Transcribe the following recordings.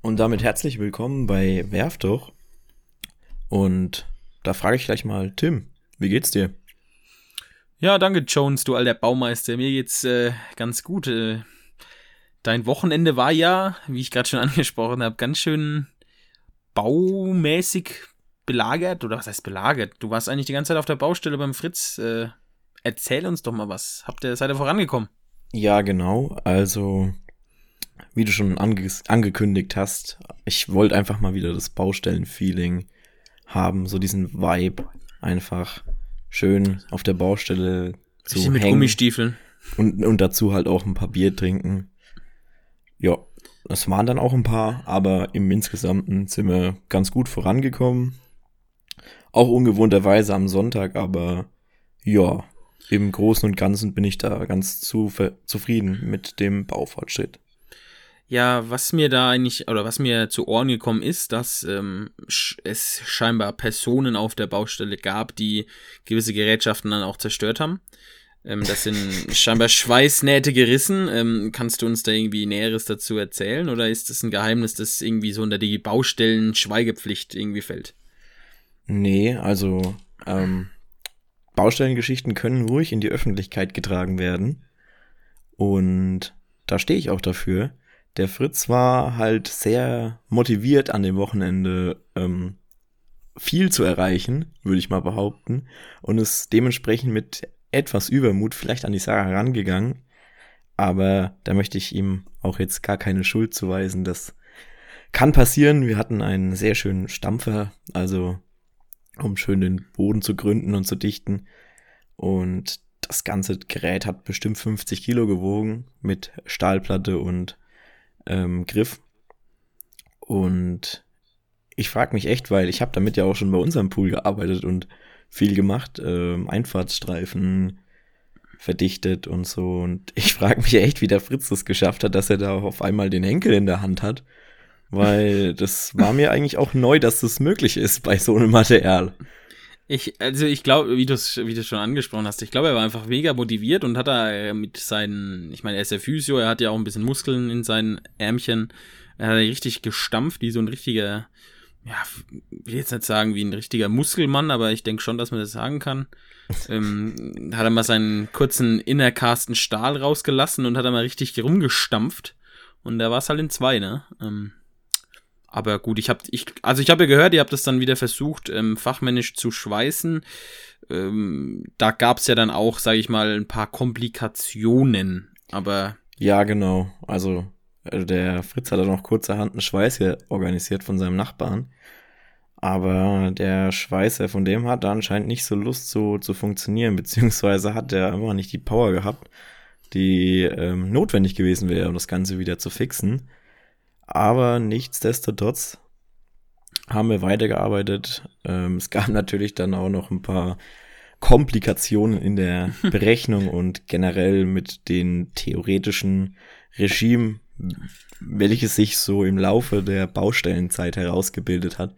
Und damit herzlich willkommen bei Werf doch. Und da frage ich gleich mal, Tim, wie geht's dir? Ja, danke Jones, du alter Baumeister. Mir geht's ganz gut. Dein Wochenende war ja, wie ich gerade schon angesprochen habe, ganz schön baumäßig belagert. Oder was heißt belagert? Du warst eigentlich die ganze Zeit auf der Baustelle beim Fritz. Erzähl uns doch mal was. Seid ihr vorangekommen? Ja, genau. Also, wie du schon angekündigt hast, ich wollte einfach mal wieder das Baustellen-Feeling haben, so diesen Vibe, einfach schön auf der Baustelle Richtig zu mit hängen Gummistiefeln. und dazu halt auch ein paar Bier trinken. Ja, es waren dann auch ein paar, aber im Insgesamten sind wir ganz gut vorangekommen. Auch ungewohnterweise am Sonntag, aber ja, im Großen und Ganzen bin ich da ganz zufrieden mit dem Baufortschritt. Ja, was mir zu Ohren gekommen ist, dass es scheinbar Personen auf der Baustelle gab, die gewisse Gerätschaften dann auch zerstört haben. Das sind scheinbar Schweißnähte gerissen. Kannst du uns da irgendwie Näheres dazu erzählen? Oder ist das ein Geheimnis, das irgendwie so unter die Baustellen-Schweigepflicht irgendwie fällt? Nee, also Baustellengeschichten können ruhig in die Öffentlichkeit getragen werden. Und da stehe ich auch dafür. Der Fritz war halt sehr motiviert an dem Wochenende viel zu erreichen, würde ich mal behaupten. Und ist dementsprechend mit etwas Übermut vielleicht an die Sache herangegangen. Aber da möchte ich ihm auch jetzt gar keine Schuld zuweisen. Das kann passieren. Wir hatten einen sehr schönen Stampfer, also um schön den Boden zu gründen und zu dichten. Und das ganze Gerät hat bestimmt 50 Kilo gewogen mit Stahlplatte und Griff. Und ich frage mich echt, weil ich habe damit ja auch schon bei unserem Pool gearbeitet und viel gemacht, Einfahrtsstreifen verdichtet und so. Und ich frage mich echt, wie der Fritz das geschafft hat, dass er da auf einmal den Henkel in der Hand hat. Weil das war mir eigentlich auch neu, dass das möglich ist bei so einem Material. Ich glaube, wie du schon angesprochen hast, ich glaube, er war einfach mega motiviert und hat da mit seinen, ich meine, er ist ja Physio, er hat ja auch ein bisschen Muskeln in seinen Ärmchen. Er hat richtig gestampft, wie so ein richtiger, ja, will jetzt nicht sagen wie ein richtiger Muskelmann, aber ich denke schon, dass man das sagen kann. Hat er mal seinen kurzen Innerkasten Stahl rausgelassen und hat er mal richtig rumgestampft. Und da war es halt in zwei, ne? Aber gut, ich habe ja gehört, ihr habt das dann wieder versucht, fachmännisch zu schweißen. Da gab es ja dann auch, sage ich mal, ein paar Komplikationen. Aber Ja, genau. Also der Fritz hat dann noch kurzerhand einen Schweißer organisiert von seinem Nachbarn. Aber der Schweißer von dem hat da anscheinend nicht so Lust so zu funktionieren, beziehungsweise hat der einfach nicht die Power gehabt, die notwendig gewesen wäre, um das Ganze wieder zu fixen. Aber nichtsdestotrotz haben wir weitergearbeitet. Es gab natürlich dann auch noch ein paar Komplikationen in der Berechnung und generell mit den theoretischen Regime, welches sich so im Laufe der Baustellenzeit herausgebildet hat.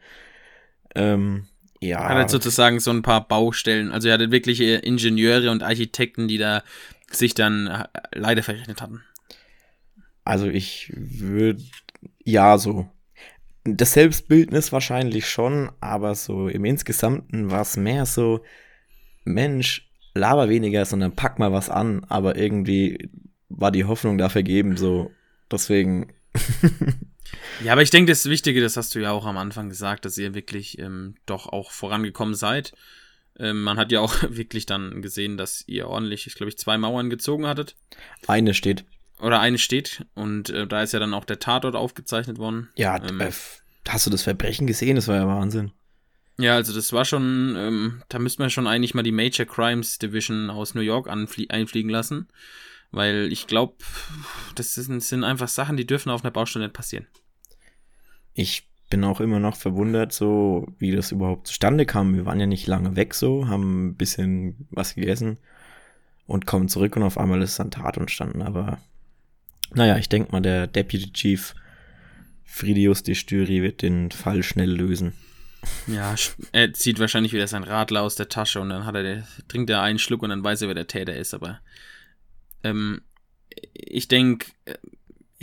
hat halt Ja, sozusagen so ein paar Baustellen. Also er hatte wirklich Ingenieure und Architekten, die da sich dann leider verrechnet hatten. also ich würde, ja, so. Das Selbstbildnis wahrscheinlich schon, aber so im Insgesamten war es mehr so, Mensch, laber weniger, sondern pack mal was an, aber irgendwie war die Hoffnung da vergeben, so. Deswegen, Ja, aber ich denke, das Wichtige, das hast du ja auch am Anfang gesagt, dass ihr wirklich doch auch vorangekommen seid. Man hat ja auch wirklich dann gesehen, dass ihr ordentlich, ich glaube, zwei Mauern gezogen hattet. eine steht. Oder eine steht. Und da ist ja dann auch der Tatort aufgezeichnet worden. Ja, hast du das Verbrechen gesehen? Das war ja Wahnsinn. Ja, also das war schon, da müsste man schon eigentlich mal die Major Crimes Division aus New York einfliegen lassen. Weil ich glaube, sind einfach Sachen, die dürfen auf einer Baustelle nicht passieren. Ich bin auch immer noch verwundert, so wie das überhaupt zustande kam. Wir waren ja nicht lange weg so, haben ein bisschen was gegessen und kommen zurück und auf einmal ist dann Tat entstanden. Aber naja, ich denke mal, der Deputy Chief Fridius de Styri wird den Fall schnell lösen. Ja, er zieht wahrscheinlich wieder sein Radler aus der Tasche und dann trinkt er einen Schluck und dann weiß er, wer der Täter ist. Aber ähm, ich denke,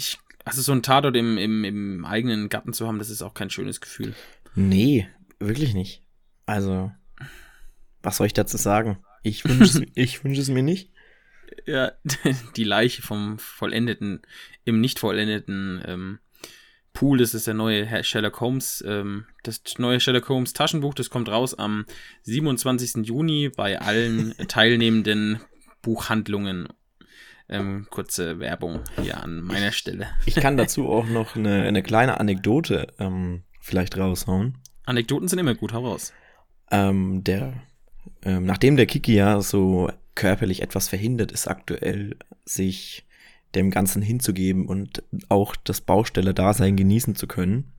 also so ein Tatort im eigenen Garten zu haben, das ist auch kein schönes Gefühl. Nee, wirklich nicht. Also, was soll ich dazu sagen? Ich wünsche es mir nicht. Ja, die Leiche im nicht vollendeten Pool, das ist der neue Sherlock Holmes, das neue Sherlock Holmes Taschenbuch, das kommt raus am 27. Juni bei allen teilnehmenden Buchhandlungen. Kurze Werbung hier an meiner Stelle. Ich kann dazu auch noch eine kleine Anekdote vielleicht raushauen. Anekdoten sind immer gut, hau raus. Nachdem der Kiki ja so körperlich etwas verhindert ist aktuell, sich dem Ganzen hinzugeben und auch das Baustellerdasein genießen zu können,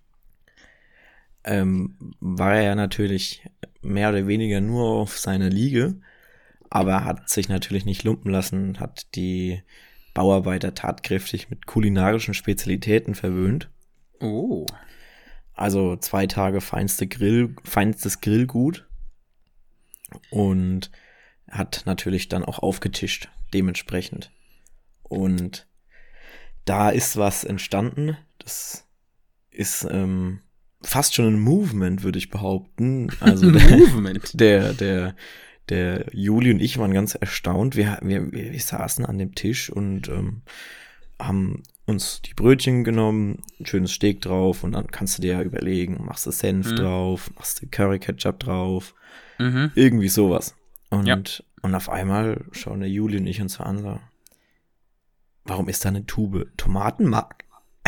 war er ja natürlich mehr oder weniger nur auf seiner Liege, aber er hat sich natürlich nicht lumpen lassen, hat die Bauarbeiter tatkräftig mit kulinarischen Spezialitäten verwöhnt. Oh. Also 2 Tage feinstes Grillgut und hat natürlich dann auch aufgetischt, dementsprechend. Und da ist was entstanden, das ist fast schon ein Movement, würde ich behaupten. Also der Juli und ich waren ganz erstaunt. Wir saßen an dem Tisch und haben uns die Brötchen genommen, ein schönes Steak drauf und dann kannst du dir ja überlegen, machst du Senf drauf, machst du Curry Ketchup drauf, irgendwie sowas. Und auf einmal schauen der Juli und ich uns so an, so, warum ist da eine Tube Tomatenmark?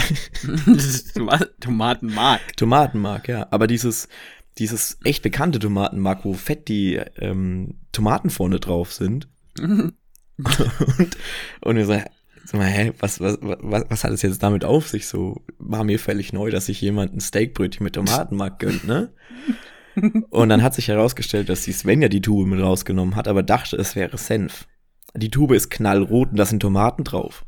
Tomatenmark? Tomatenmark, ja. Aber dieses echt bekannte Tomatenmark, wo fett die Tomaten vorne drauf sind. und wir so, hä, was hat es jetzt damit auf sich? So war mir völlig neu, dass sich jemand ein Steakbrötchen mit Tomatenmark gönnt, ne? Und dann hat sich herausgestellt, dass die Svenja die Tube mit rausgenommen hat, aber dachte, es wäre Senf. Die Tube ist knallrot und da sind Tomaten drauf.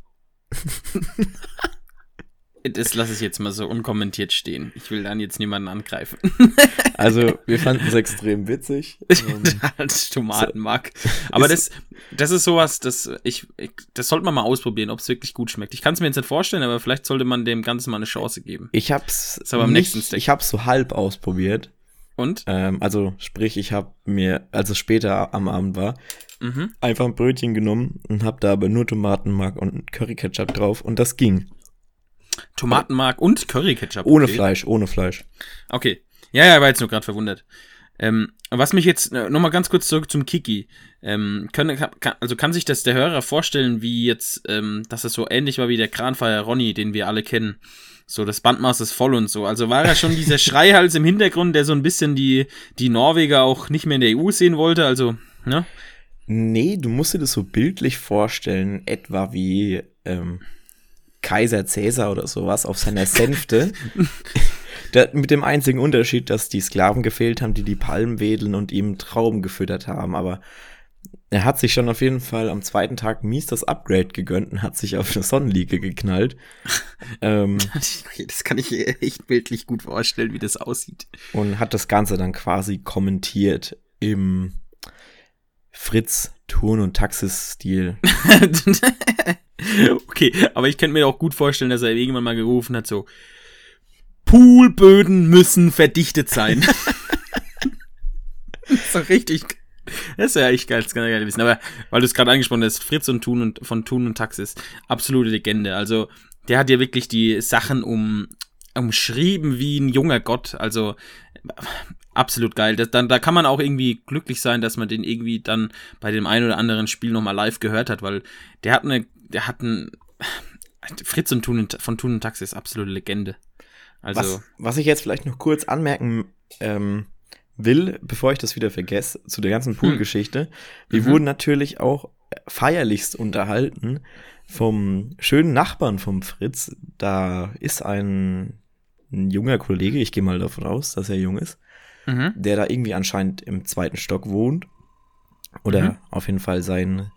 Das lasse ich jetzt mal so unkommentiert stehen. Ich will dann jetzt niemanden angreifen. Also, wir fanden es extrem witzig. Als Tomatenmark. Aber das ist sowas, das sollte man mal ausprobieren, ob es wirklich gut schmeckt. Ich kann es mir jetzt nicht vorstellen, aber vielleicht sollte man dem Ganzen mal eine Chance geben. Ich hab's so halb ausprobiert. Und? Also, sprich, ich habe mir, als es später am Abend war, einfach ein Brötchen genommen und habe da aber nur Tomatenmark und Curry-Ketchup drauf und das ging. Tomatenmark und Curry-Ketchup? Ohne okay. Fleisch. Okay. Ja, war jetzt nur gerade verwundert. Was mich jetzt nochmal ganz kurz zurück zum Kiki. Kann sich das der Hörer vorstellen, wie jetzt, dass es so ähnlich war wie der Kranfahrer Ronny, den wir alle kennen. So, das Bandmaß ist voll und so. Also war er schon dieser Schreihals im Hintergrund, der so ein bisschen die Norweger auch nicht mehr in der EU sehen wollte, also, ne? Nee, du musst dir das so bildlich vorstellen, etwa wie Kaiser Cäsar oder sowas auf seiner Sänfte. Mit dem einzigen Unterschied, dass die Sklaven gefehlt haben, die Palmen wedeln und ihm Trauben gefüttert haben. Aber er hat sich schon auf jeden Fall am zweiten Tag mies das Upgrade gegönnt und hat sich auf eine Sonnenliege geknallt. Das kann ich echt bildlich gut vorstellen, wie das aussieht. Und hat das Ganze dann quasi kommentiert im Fritz Turn- und Taxis-Stil. Okay, aber ich könnte mir auch gut vorstellen, dass er irgendwann mal gerufen hat, so Poolböden müssen verdichtet sein. Das ist doch richtig. Das ist ja echt geil, das kann ich gar nicht wissen. Aber weil du es gerade angesprochen hast, Fritz und von Thun und Taxis, absolute Legende. Also der hat ja wirklich die Sachen umschrieben wie ein junger Gott. Also absolut geil. Da kann man auch irgendwie glücklich sein, dass man den irgendwie dann bei dem einen oder anderen Spiel nochmal live gehört hat, weil Fritz und von Thun und Taxis, absolute Legende. Also was ich jetzt vielleicht noch kurz anmerken will, bevor ich das wieder vergesse, zu der ganzen Pool-Geschichte. Wir wurden natürlich auch feierlichst unterhalten vom schönen Nachbarn vom Fritz. Da ist ein junger Kollege, ich gehe mal davon aus, dass er jung ist, der da irgendwie anscheinend im 2. Stock wohnt. Oder auf jeden Fall sein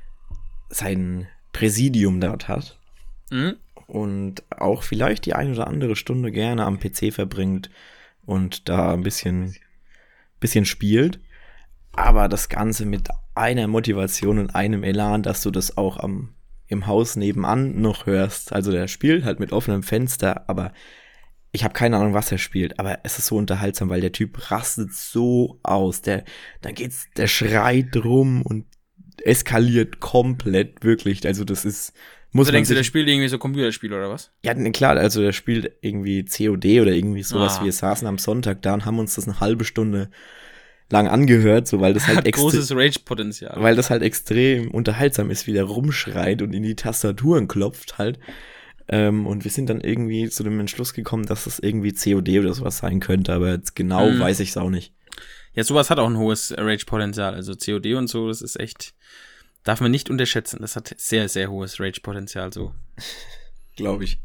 Präsidium dort hat. Und auch vielleicht die ein oder andere Stunde gerne am PC verbringt und da ein bisschen spielt. Aber das Ganze mit einer Motivation und einem Elan, dass du das auch am im Haus nebenan noch hörst. Also der spielt halt mit offenem Fenster, aber ich habe keine Ahnung, was er spielt, aber es ist so unterhaltsam, weil der Typ rastet so aus. Der schreit rum und eskaliert komplett, wirklich. Also das ist, muss also man denkst du, sich, der spielt irgendwie so Computerspiele oder was? ja, ne, klar, also der spielt irgendwie COD oder irgendwie sowas. Wir saßen am Sonntag da und haben uns das eine halbe Stunde lang angehört, so weil das halt Hat großes Rage-Potenzial. weil das halt extrem unterhaltsam ist, wie der rumschreit und in die Tastaturen klopft halt. Und wir sind dann irgendwie zu dem Entschluss gekommen, dass das irgendwie COD oder sowas sein könnte, aber jetzt genau weiß ich es auch nicht. Ja, sowas hat auch ein hohes Rage-Potenzial. Also COD und so, das ist echt, darf man nicht unterschätzen. Das hat sehr, sehr hohes Rage-Potenzial, so. Glaube ich.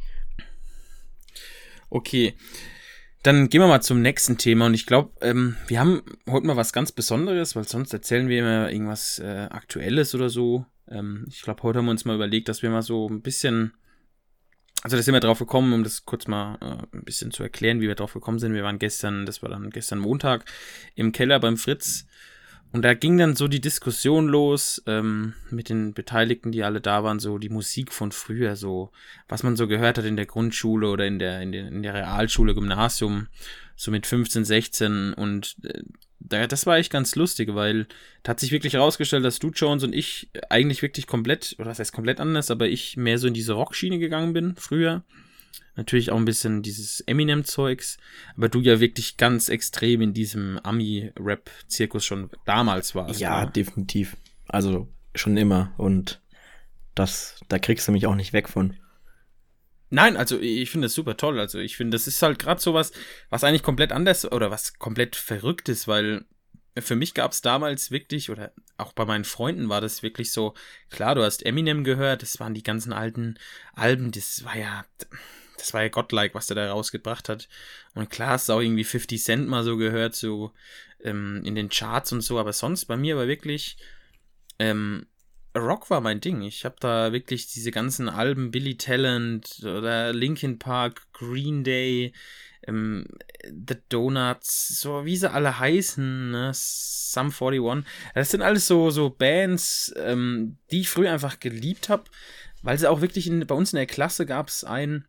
Okay, dann gehen wir mal zum nächsten Thema. Und ich glaube, wir haben heute mal was ganz Besonderes, weil sonst erzählen wir immer irgendwas Aktuelles oder so. Ich glaube, heute haben wir uns mal überlegt, dass wir mal so ein bisschen, also da sind wir drauf gekommen, um das kurz mal ein bisschen zu erklären, wie wir drauf gekommen sind. Wir waren gestern Montag, im Keller beim Fritz. Und da ging dann so die Diskussion los mit den Beteiligten, die alle da waren, so die Musik von früher, so was man so gehört hat in der Grundschule oder in der Realschule, Gymnasium, so mit 15, 16 und das war echt ganz lustig, weil da hat sich wirklich herausgestellt, dass du, Jones, und ich eigentlich wirklich komplett, oder das heißt komplett anders, aber ich mehr so in diese Rockschiene gegangen bin früher. Natürlich auch ein bisschen dieses Eminem-Zeugs, aber du ja wirklich ganz extrem in diesem Ami-Rap-Zirkus schon damals warst. Ja, ne? definitiv. Also schon immer und da kriegst du mich auch nicht weg von. Nein, also ich finde das super toll. Also ich finde, das ist halt gerade sowas, was eigentlich komplett anders oder was komplett verrückt ist, weil für mich gab es damals wirklich, oder auch bei meinen Freunden war das wirklich so, klar, du hast Eminem gehört, das waren die ganzen alten Alben, das war ja godlike, was der da rausgebracht hat. Und klar, hast du auch irgendwie 50 Cent mal so gehört, so in den Charts und so, aber sonst bei mir war wirklich Rock war mein Ding. Ich habe da wirklich diese ganzen Alben, Billy Talent oder Linkin Park, Green Day, The Donuts, so wie sie alle heißen, ne? Sum 41. Das sind alles so Bands, die ich früher einfach geliebt habe, weil sie auch wirklich bei uns in der Klasse gab es einen,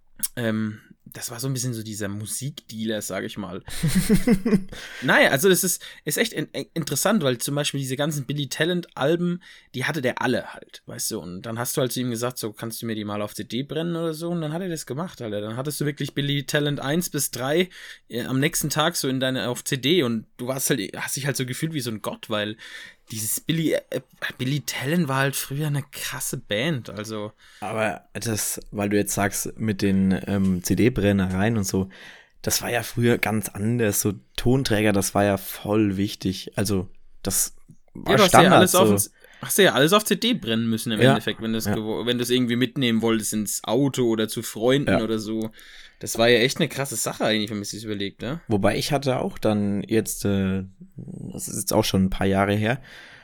das war so ein bisschen so dieser Musikdealer, sage ich mal. Naja, also das ist echt interessant, weil zum Beispiel diese ganzen Billy Talent-Alben, die hatte der alle halt, weißt du, und dann hast du halt zu ihm gesagt, so, kannst du mir die mal auf CD brennen oder so, und dann hat er das gemacht, Alter. Dann hattest du wirklich Billy Talent 1 bis 3 am nächsten Tag so auf CD und du hast dich halt so gefühlt wie so ein Gott, weil dieses Billy Talent war halt früher eine krasse Band, also. Aber das, weil du jetzt sagst, mit den CD-Brennereien und so, das war ja früher ganz anders. So Tonträger, das war ja voll wichtig. Also, das war ja, Standard. Hast du ja alles auf CD brennen müssen im Endeffekt, wenn du es irgendwie mitnehmen wolltest ins Auto oder zu Freunden oder so. Das war ja echt eine krasse Sache eigentlich, wenn man sich das überlegt, ne? Wobei ich hatte auch dann jetzt, das ist jetzt auch schon ein paar Jahre her,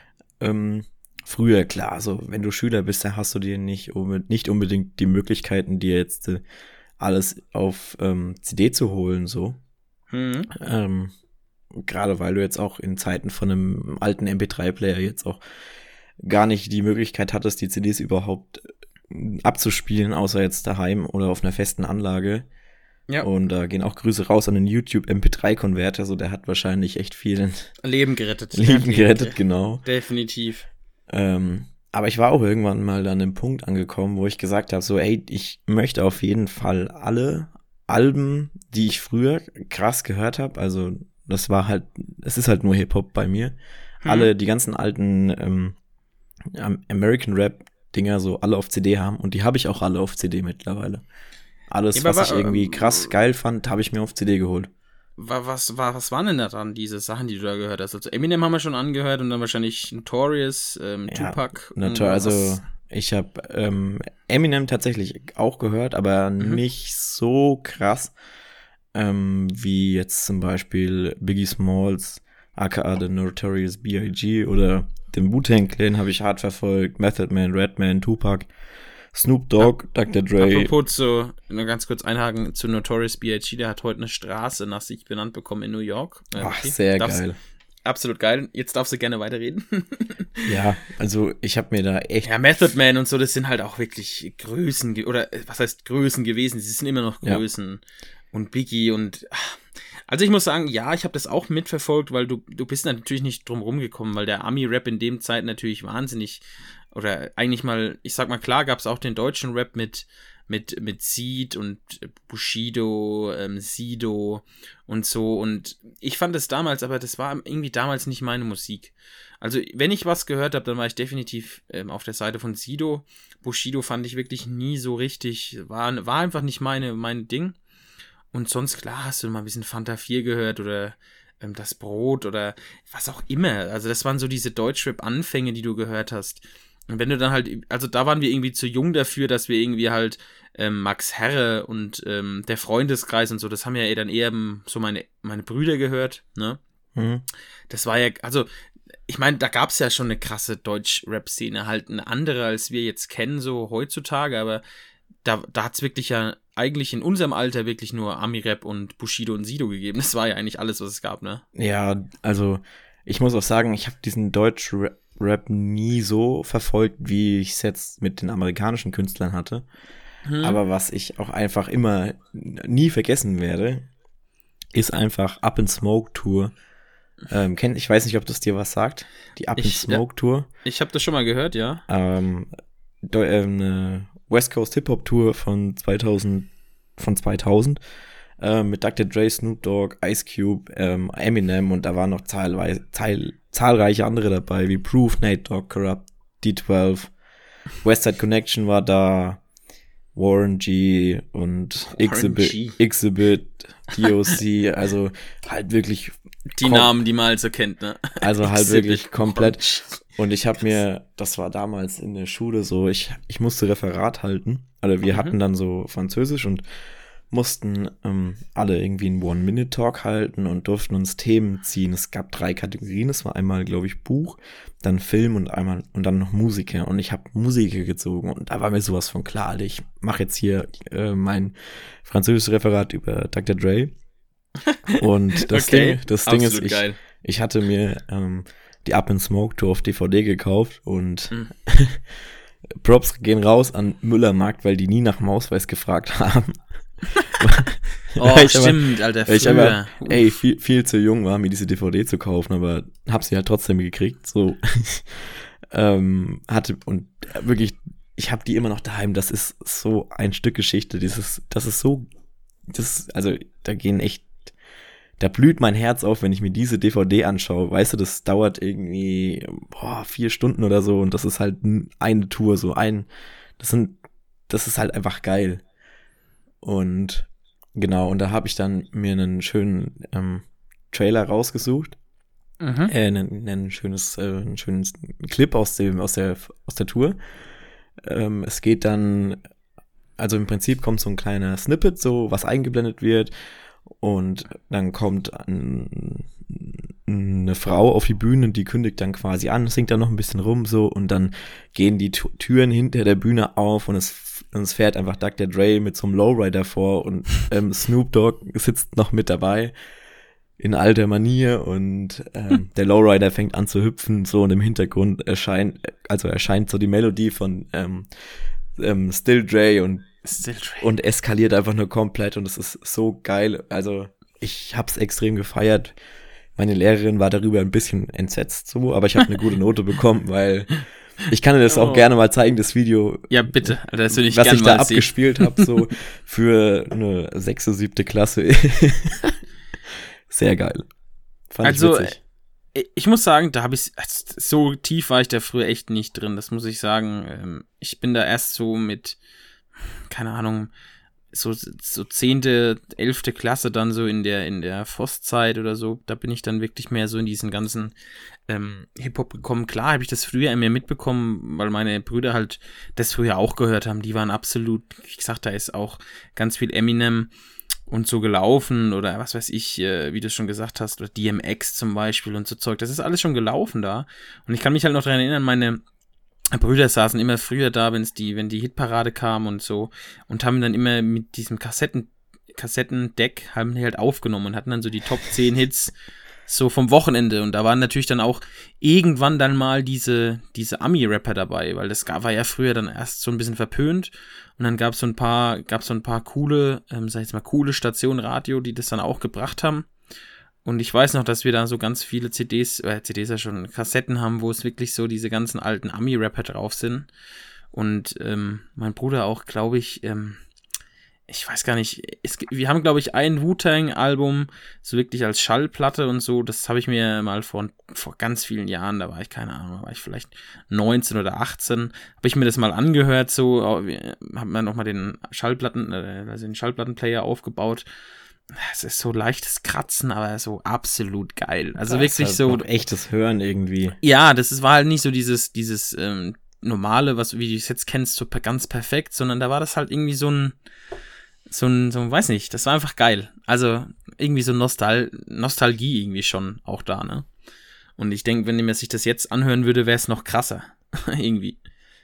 früher, klar, also wenn du Schüler bist, dann hast du dir nicht unbedingt die Möglichkeiten, dir jetzt alles auf CD zu holen, so. Gerade weil du jetzt auch in Zeiten von einem alten MP3-Player jetzt auch gar nicht die Möglichkeit hattest, die CDs überhaupt abzuspielen, außer jetzt daheim oder auf einer festen Anlage. Ja. Und da gehen auch Grüße raus an den YouTube MP3-Konverter, so der hat wahrscheinlich echt viel Leben gerettet. Genau. Definitiv. Aber ich war auch irgendwann mal an einem Punkt angekommen, wo ich gesagt habe, so, ey, ich möchte auf jeden Fall alle Alben, die ich früher krass gehört habe, also es ist halt nur Hip-Hop bei mir, die ganzen alten American Rap-Dinger so alle auf CD haben und die habe ich auch alle auf CD mittlerweile. Alles, was ich irgendwie krass geil fand, habe ich mir auf CD geholt. Was waren denn da dran, diese Sachen, die du da gehört hast? Also Eminem haben wir schon angehört und dann wahrscheinlich Notorious, Tupac. Also ich habe Eminem tatsächlich auch gehört, aber nicht so krass wie jetzt zum Beispiel Biggie Smalls, aka The Notorious B.I.G. oder den Wu-Tang Clan habe ich hart verfolgt, Method Man, Redman, Tupac, Snoop Dogg, Dr. Dre. Apropos nur ganz kurz einhaken zu Notorious B.I.G., der hat heute eine Straße nach sich benannt bekommen in New York. Ach, sehr geil. absolut geil. Jetzt darfst du gerne weiterreden. Ja, also ich habe mir da echt... Ja, Method Man und so, das sind halt auch wirklich Größen, oder was heißt Größen gewesen? Sie sind immer noch Größen. Ja. Und Biggie und... Also ich muss sagen, ja, ich habe das auch mitverfolgt, weil du bist natürlich nicht drum rumgekommen, weil der Ami-Rap in dem Zeit natürlich wahnsinnig... Oder eigentlich mal, ich sag mal, klar gab es auch den deutschen Rap mit Seed und Bushido, Sido und so. Und ich fand das damals, aber das war irgendwie damals nicht meine Musik. Also wenn ich was gehört habe, dann war ich definitiv auf der Seite von Sido. Bushido fand ich wirklich nie so richtig, war einfach nicht mein Ding. Und sonst, klar, hast du mal ein bisschen Fanta 4 gehört oder Das Brot oder was auch immer. Also das waren so diese Deutschrap-Anfänge, die du gehört hast. Und wenn du dann halt, also da waren wir irgendwie zu jung dafür, dass wir irgendwie halt Max Herre und der Freundeskreis und so, das haben ja dann eher so meine Brüder gehört, ne? Mhm. Das war ja, also ich meine, da gab es ja schon eine krasse Deutsch-Rap-Szene, halt eine andere, als wir jetzt kennen, so heutzutage, aber da hat es wirklich ja eigentlich in unserem Alter wirklich nur Ami-Rap und Bushido und Sido gegeben. Das war ja eigentlich alles, was es gab, ne? Ja, also ich muss auch sagen, ich habe diesen Deutsch-Rap nie so verfolgt, wie ich es jetzt mit den amerikanischen Künstlern hatte. Aber was ich auch einfach immer nie vergessen werde, ist einfach Up in Smoke Tour. Ich weiß nicht, ob das dir was sagt. Die Up in Smoke Tour. Ich habe das schon mal gehört, ja. Eine West Coast Hip-Hop Tour von 2000 mit Dr. Dre, Snoop Dogg, Ice Cube, Eminem und da waren noch zahlreiche andere dabei, wie Proof, Nate Dogg, Corrupt, D12, Westside Connection war da, Warren G und Exhibit, DOC, also halt wirklich die Namen, die man halt so kennt, ne? Also halt wirklich komplett. Und ich habe mir, das war damals in der Schule so, ich musste Referat halten, also wir hatten dann so Französisch und mussten alle irgendwie einen One-Minute-Talk halten und durften uns Themen ziehen. Es gab 3 Kategorien. Es war einmal, glaube ich, Buch, dann Film und dann noch Musiker. Und ich habe Musiker gezogen und da war mir sowas von klar. Also ich mache jetzt hier mein französisches Referat über Dr. Dre. Und das Ding ist, ich hatte mir die Up in Smoke Tour auf DVD gekauft und Props gehen raus an Müllermarkt, weil die nie nach dem Ausweis gefragt haben. Stimmt, Alter, früher. Ich aber, viel zu jung war, mir diese DVD zu kaufen, aber hab sie halt trotzdem gekriegt, so. Wirklich, ich hab die immer noch daheim, das ist so ein Stück Geschichte, da blüht mein Herz auf, wenn ich mir diese DVD anschaue, weißt du, das dauert irgendwie 4 Stunden oder so und das ist halt eine Tour, das ist halt einfach geil. Und genau, und da habe ich dann mir einen schönen Trailer rausgesucht, einen schönen Clip aus der Tour. Es geht dann, also im Prinzip kommt so ein kleiner Snippet, so was eingeblendet wird und dann kommt eine Frau auf die Bühne, die kündigt dann quasi an, singt dann noch ein bisschen rum so und dann gehen die Türen hinter der Bühne auf und es fährt einfach Dr. Dre mit so einem Lowrider vor und Snoop Dogg sitzt noch mit dabei in alter Manier und der Lowrider fängt an zu hüpfen so und im Hintergrund erscheint so die Melodie von Still Dre und eskaliert einfach nur komplett und es ist so geil, also ich hab's extrem gefeiert. Meine Lehrerin war darüber ein bisschen entsetzt so, aber ich habe eine gute Note bekommen, weil ich kann dir das auch gerne mal zeigen, das Video. Ja, bitte. Das will ich was gerne ich da abgespielt habe, so für eine 6., 7. Klasse. Sehr geil. Fand ich witzig. Ich muss sagen, da habe ich, so tief war ich da früher echt nicht drin, das muss ich sagen. Ich bin da erst so mit, keine Ahnung, so 10., 11. Klasse dann so in der Vosszeit oder so, da bin ich dann wirklich mehr so in diesen ganzen Hip-Hop gekommen. Klar habe ich das früher mehr mitbekommen, weil meine Brüder halt das früher auch gehört haben. Die waren absolut, wie gesagt, da ist auch ganz viel Eminem und so gelaufen oder was weiß ich, wie du es schon gesagt hast, oder DMX zum Beispiel und so Zeug. Das ist alles schon gelaufen da. Und ich kann mich halt noch daran erinnern, meine Brüder saßen immer früher da, wenn die Hitparade kam und so und haben dann immer mit diesem Kassettendeck haben die halt aufgenommen und hatten dann so die Top 10 Hits so vom Wochenende. Und da waren natürlich dann auch irgendwann dann mal diese Ami-Rapper dabei, weil das war ja früher dann erst so ein bisschen verpönt. Und dann gab's so ein paar coole, sag ich jetzt mal, coole Stationen Radio, die das dann auch gebracht haben. Und ich weiß noch, dass wir da so ganz viele CDs ja schon, Kassetten haben, wo es wirklich so diese ganzen alten Ami-Rapper drauf sind. Und mein Bruder auch, glaube ich, ich weiß gar nicht, wir haben, glaube ich, ein Wu-Tang-Album, so wirklich als Schallplatte und so, das habe ich mir mal vor ganz vielen Jahren, da war ich, keine Ahnung, da war ich vielleicht 19 oder 18, habe ich mir das mal angehört, so, haben wir nochmal den Schallplattenplayer aufgebaut. Es ist so leichtes Kratzen, aber so absolut geil. Also das wirklich ist so. Noch echtes Hören irgendwie. Ja, war halt nicht so dieses normale, wie du es jetzt kennst, so ganz perfekt, sondern da war das halt irgendwie so ein, weiß nicht, das war einfach geil. Also irgendwie so Nostalgie irgendwie schon auch da, ne? Und ich denke, wenn man sich das jetzt anhören würde, wäre es noch krasser. irgendwie.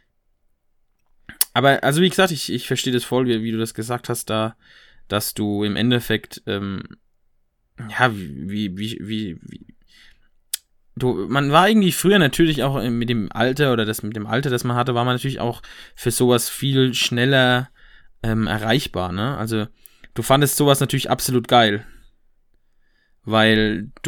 Aber, also wie gesagt, ich verstehe das voll, wie du das gesagt hast, da, dass du im Endeffekt, man war irgendwie früher natürlich auch mit dem Alter das man hatte, war man natürlich auch für sowas viel schneller erreichbar, ne? Also du fandest sowas natürlich absolut geil, weil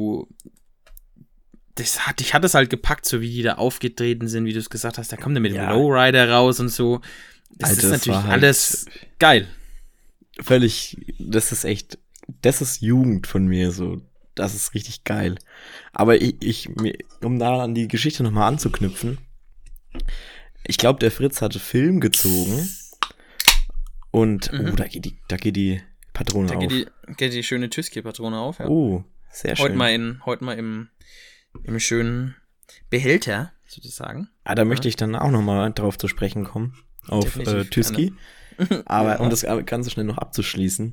dich hat es halt gepackt, so wie die da aufgetreten sind, wie du es gesagt hast, da kommt der mit dem Lowrider raus und so. Das ist natürlich halt alles geil. Völlig, das ist Jugend von mir, so, das ist richtig geil. Aber um da an die Geschichte nochmal anzuknüpfen, ich glaube, der Fritz hatte Film gezogen und, da geht die Patrone auf. Da geht die schöne Tüski-Patrone auf, ja. Oh, sehr schön. Heute mal im schönen Behälter, sozusagen. Da möchte ich dann auch nochmal drauf zu sprechen kommen, auf Tüski. Aber um das Ganze schnell noch abzuschließen,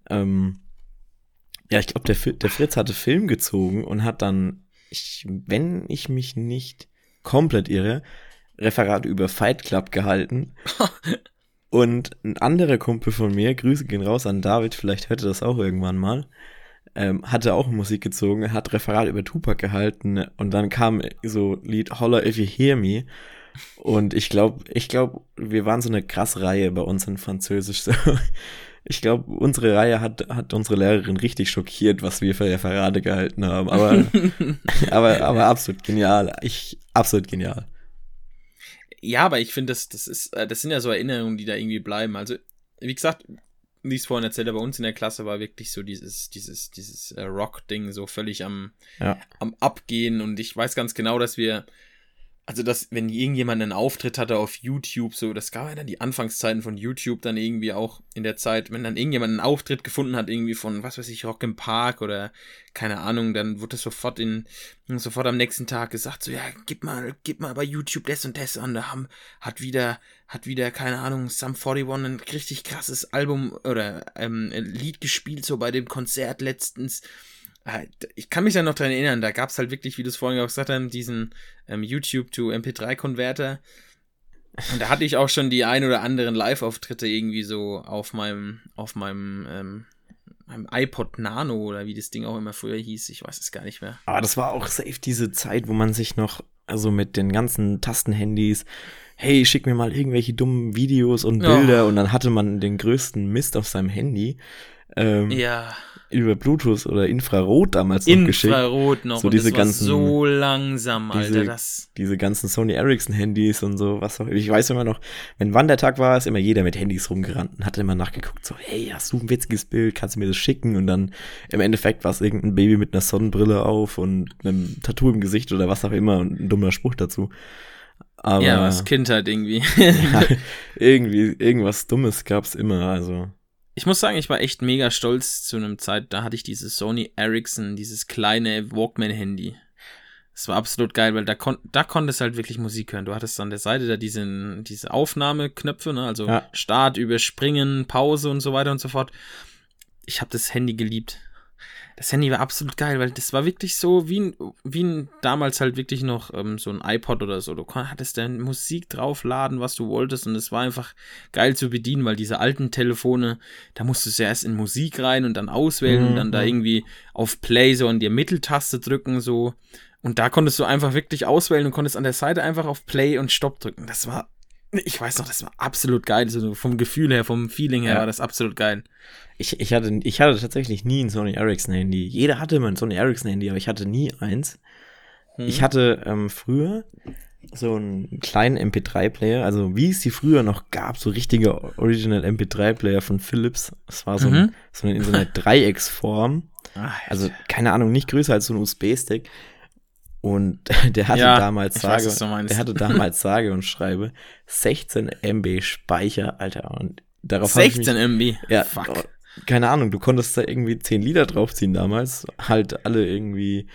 ich glaube, der Fritz hatte Film gezogen und hat dann, wenn ich mich nicht komplett irre, Referat über Fight Club gehalten. Und ein anderer Kumpel von mir, Grüße gehen raus an David, vielleicht hört er das auch irgendwann mal, hatte auch Musik gezogen, hat Referat über Tupac gehalten und dann kam so Lied Holla If You Hear Me. Und ich glaube, wir waren so eine krasse Reihe bei uns in Französisch. So. Ich glaube, unsere Reihe hat unsere Lehrerin richtig schockiert, was wir für Referate gehalten haben. Aber absolut genial. Absolut genial. Ja, aber ich finde, das sind ja so Erinnerungen, die da irgendwie bleiben. Also, wie gesagt, wie ich es vorhin erzählt habe, bei uns in der Klasse war wirklich so dieses Rock-Ding so völlig am Abgehen. Und ich weiß ganz genau, dass wenn irgendjemand einen Auftritt hatte auf YouTube, so, das gab ja dann die Anfangszeiten von YouTube dann irgendwie auch in der Zeit, wenn dann irgendjemand einen Auftritt gefunden hat, irgendwie von, was weiß ich, Rock im Park oder keine Ahnung, dann wurde das sofort am nächsten Tag gesagt, so, ja, gib mal bei YouTube das und das an, da hat wieder, keine Ahnung, Sum 41 ein richtig krasses Album oder Lied gespielt, so bei dem Konzert letztens. Ich kann mich ja noch dran erinnern, da gab es halt wirklich, wie du es vorhin auch gesagt hast, diesen YouTube to MP3-Konverter. Und da hatte ich auch schon die ein oder anderen Live-Auftritte irgendwie so auf meinem iPod Nano oder wie das Ding auch immer früher hieß. Ich weiß es gar nicht mehr. Aber das war auch safe diese Zeit, wo man sich noch, also mit den ganzen Tastenhandys, hey, schick mir mal irgendwelche dummen Videos und Bilder und dann hatte man den größten Mist auf seinem Handy. Über Bluetooth oder Infrarot damals noch geschickt. Infrarot noch, so und diese das war ganzen, so langsam, Alter. Diese ganzen Sony Ericsson-Handys und so, was auch. Ich weiß immer noch, wenn Wandertag war, ist immer jeder mit Handys rumgerannt und hat immer nachgeguckt, so, hey, hast du ein witziges Bild, kannst du mir das schicken? Und dann im Endeffekt war es irgendein Baby mit einer Sonnenbrille auf und einem Tattoo im Gesicht oder was auch immer und ein dummer Spruch dazu. Aber, ja, was Kindheit irgendwie. Ja, irgendwas Dummes gab's immer, also. Ich muss sagen, ich war echt mega stolz zu einem Zeit, da hatte ich dieses Sony Ericsson, dieses kleine Walkman-Handy. Das war absolut geil, weil da konntest du halt wirklich Musik hören. Du hattest an der Seite da diese Aufnahmeknöpfe, ne? Also Start, Überspringen, Pause und so weiter und so fort. Ich habe das Handy geliebt. Das Handy war absolut geil, weil das war wirklich so wie ein damals halt wirklich noch so ein iPod oder so. Du hattest dann Musik draufladen, was du wolltest, und es war einfach geil zu bedienen, weil diese alten Telefone, da musstest du ja erst in Musik rein und dann auswählen und dann da irgendwie auf Play so an die Mitteltaste drücken so. Und da konntest du einfach wirklich auswählen und konntest an der Seite einfach auf Play und Stopp drücken. Das war, ich weiß noch, das war absolut geil. So vom Gefühl her, vom Feeling her war das absolut geil. Ich hatte tatsächlich nie ein Sony Ericsson-Handy. Jeder hatte immer ein Sony Ericsson-Handy, aber ich hatte nie eins. Ich hatte früher so einen kleinen MP3-Player, also wie es die früher noch gab, so richtige Original MP3-Player von Philips. Das war so in so einer Dreiecksform. Also, keine Ahnung, nicht größer als so ein USB-Stick. Und der hatte damals sage und schreibe 16 MB Speicher, Alter. Und darauf 16 MB? Ja, fuck. Keine Ahnung, du konntest da irgendwie 10 Lieder draufziehen damals. Halt alle irgendwie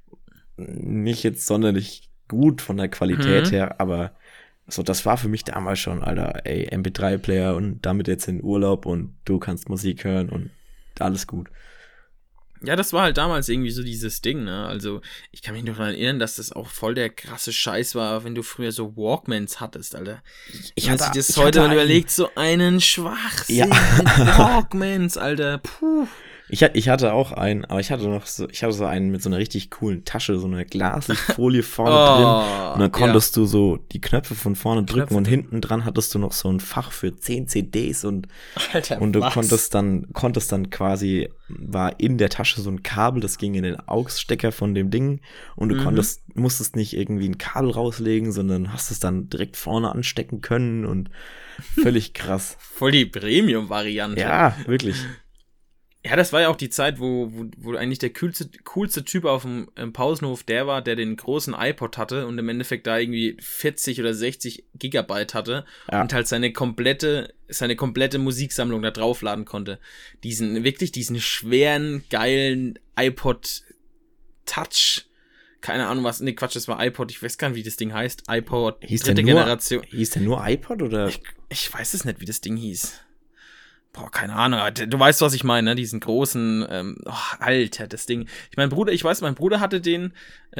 nicht jetzt sonderlich gut von der Qualität her, aber so, das war für mich damals schon, Alter, ey, MP3-Player und damit jetzt in Urlaub und du kannst Musik hören und alles gut. Ja, das war halt damals irgendwie so dieses Ding, ne? Also, ich kann mich noch daran erinnern, dass das auch voll der krasse Scheiß war, wenn du früher so Walkmans hattest, Alter. Ich hatte das heute mal überlegt, so einen Schwachsinn mit Walkmans, Alter. Puh. Ich hatte auch einen, aber ich hatte so einen mit so einer richtig coolen Tasche, so einer Glasfolie vorne drin. Und dann konntest du so die Knöpfe von vorne drücken und hinten dran hattest du noch so ein Fach für 10 CDs und du konntest dann quasi, war in der Tasche so ein Kabel, das ging in den AUX-Stecker von dem Ding und du musstest nicht irgendwie ein Kabel rauslegen, sondern hast es dann direkt vorne anstecken können und völlig krass. Voll die Premium-Variante. Ja, wirklich. Ja, das war ja auch die Zeit, wo eigentlich der coolste Typ auf dem Pausenhof der war, der den großen iPod hatte und im Endeffekt da irgendwie 40 oder 60 Gigabyte hatte und halt seine komplette Musiksammlung da draufladen konnte. Diesen schweren, geilen iPod Touch, keine Ahnung was, nee Quatsch, das war iPod, ich weiß gar nicht, wie das Ding heißt, iPod dritte Generation. Hieß der nur iPod oder? Ich weiß es nicht, wie das Ding hieß. Boah, keine Ahnung, du weißt, was ich meine, ne? Diesen großen, Alter, das Ding. Mein Bruder hatte den,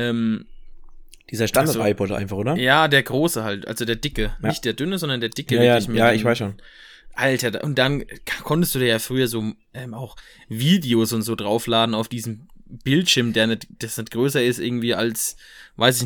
dieser Standard-iPod einfach, oder? Ja, der große halt, also der dicke. Ja. Nicht der dünne, sondern der dicke. Ja, ich weiß schon. Alter, und dann konntest du dir ja früher so auch Videos und so draufladen auf diesem Bildschirm, das nicht größer ist irgendwie als, weiß ich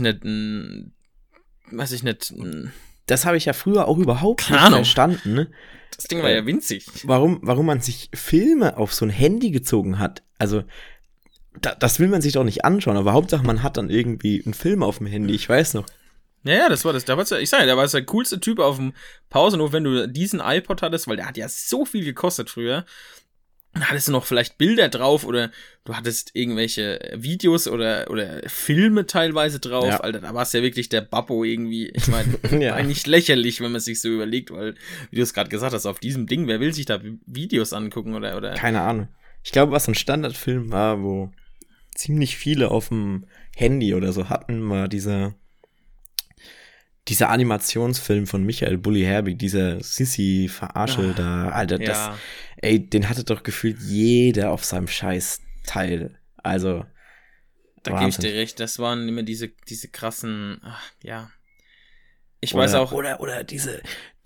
nicht. Das habe ich ja früher auch überhaupt nicht verstanden, ne? Das Ding war ja winzig. Warum man sich Filme auf so ein Handy gezogen hat. Also, das will man sich doch nicht anschauen, aber Hauptsache man hat dann irgendwie einen Film auf dem Handy, ich weiß noch. Ja, das war das. Der war der coolste Typ auf dem Pausenhof, wenn du diesen iPod hattest, weil der hat ja so viel gekostet früher. Dann hattest du noch vielleicht Bilder drauf oder du hattest irgendwelche Videos oder Filme teilweise drauf. Ja. Alter, da war es ja wirklich der Babbo irgendwie. Ich meine, eigentlich lächerlich, wenn man sich so überlegt, weil, wie du es gerade gesagt hast, auf diesem Ding, wer will sich da Videos angucken oder? Keine Ahnung. Ich glaube, was ein Standardfilm war, wo ziemlich viele auf dem Handy oder so hatten, war dieser Animationsfilm von Michael Bulli Herbig, dieser Sissi-Verarsche da, Alter, den hatte doch gefühlt jeder auf seinem Scheiß-Teil. Also, da gebe ich dir recht, das waren immer diese krassen, Ich weiß auch. Oder diese,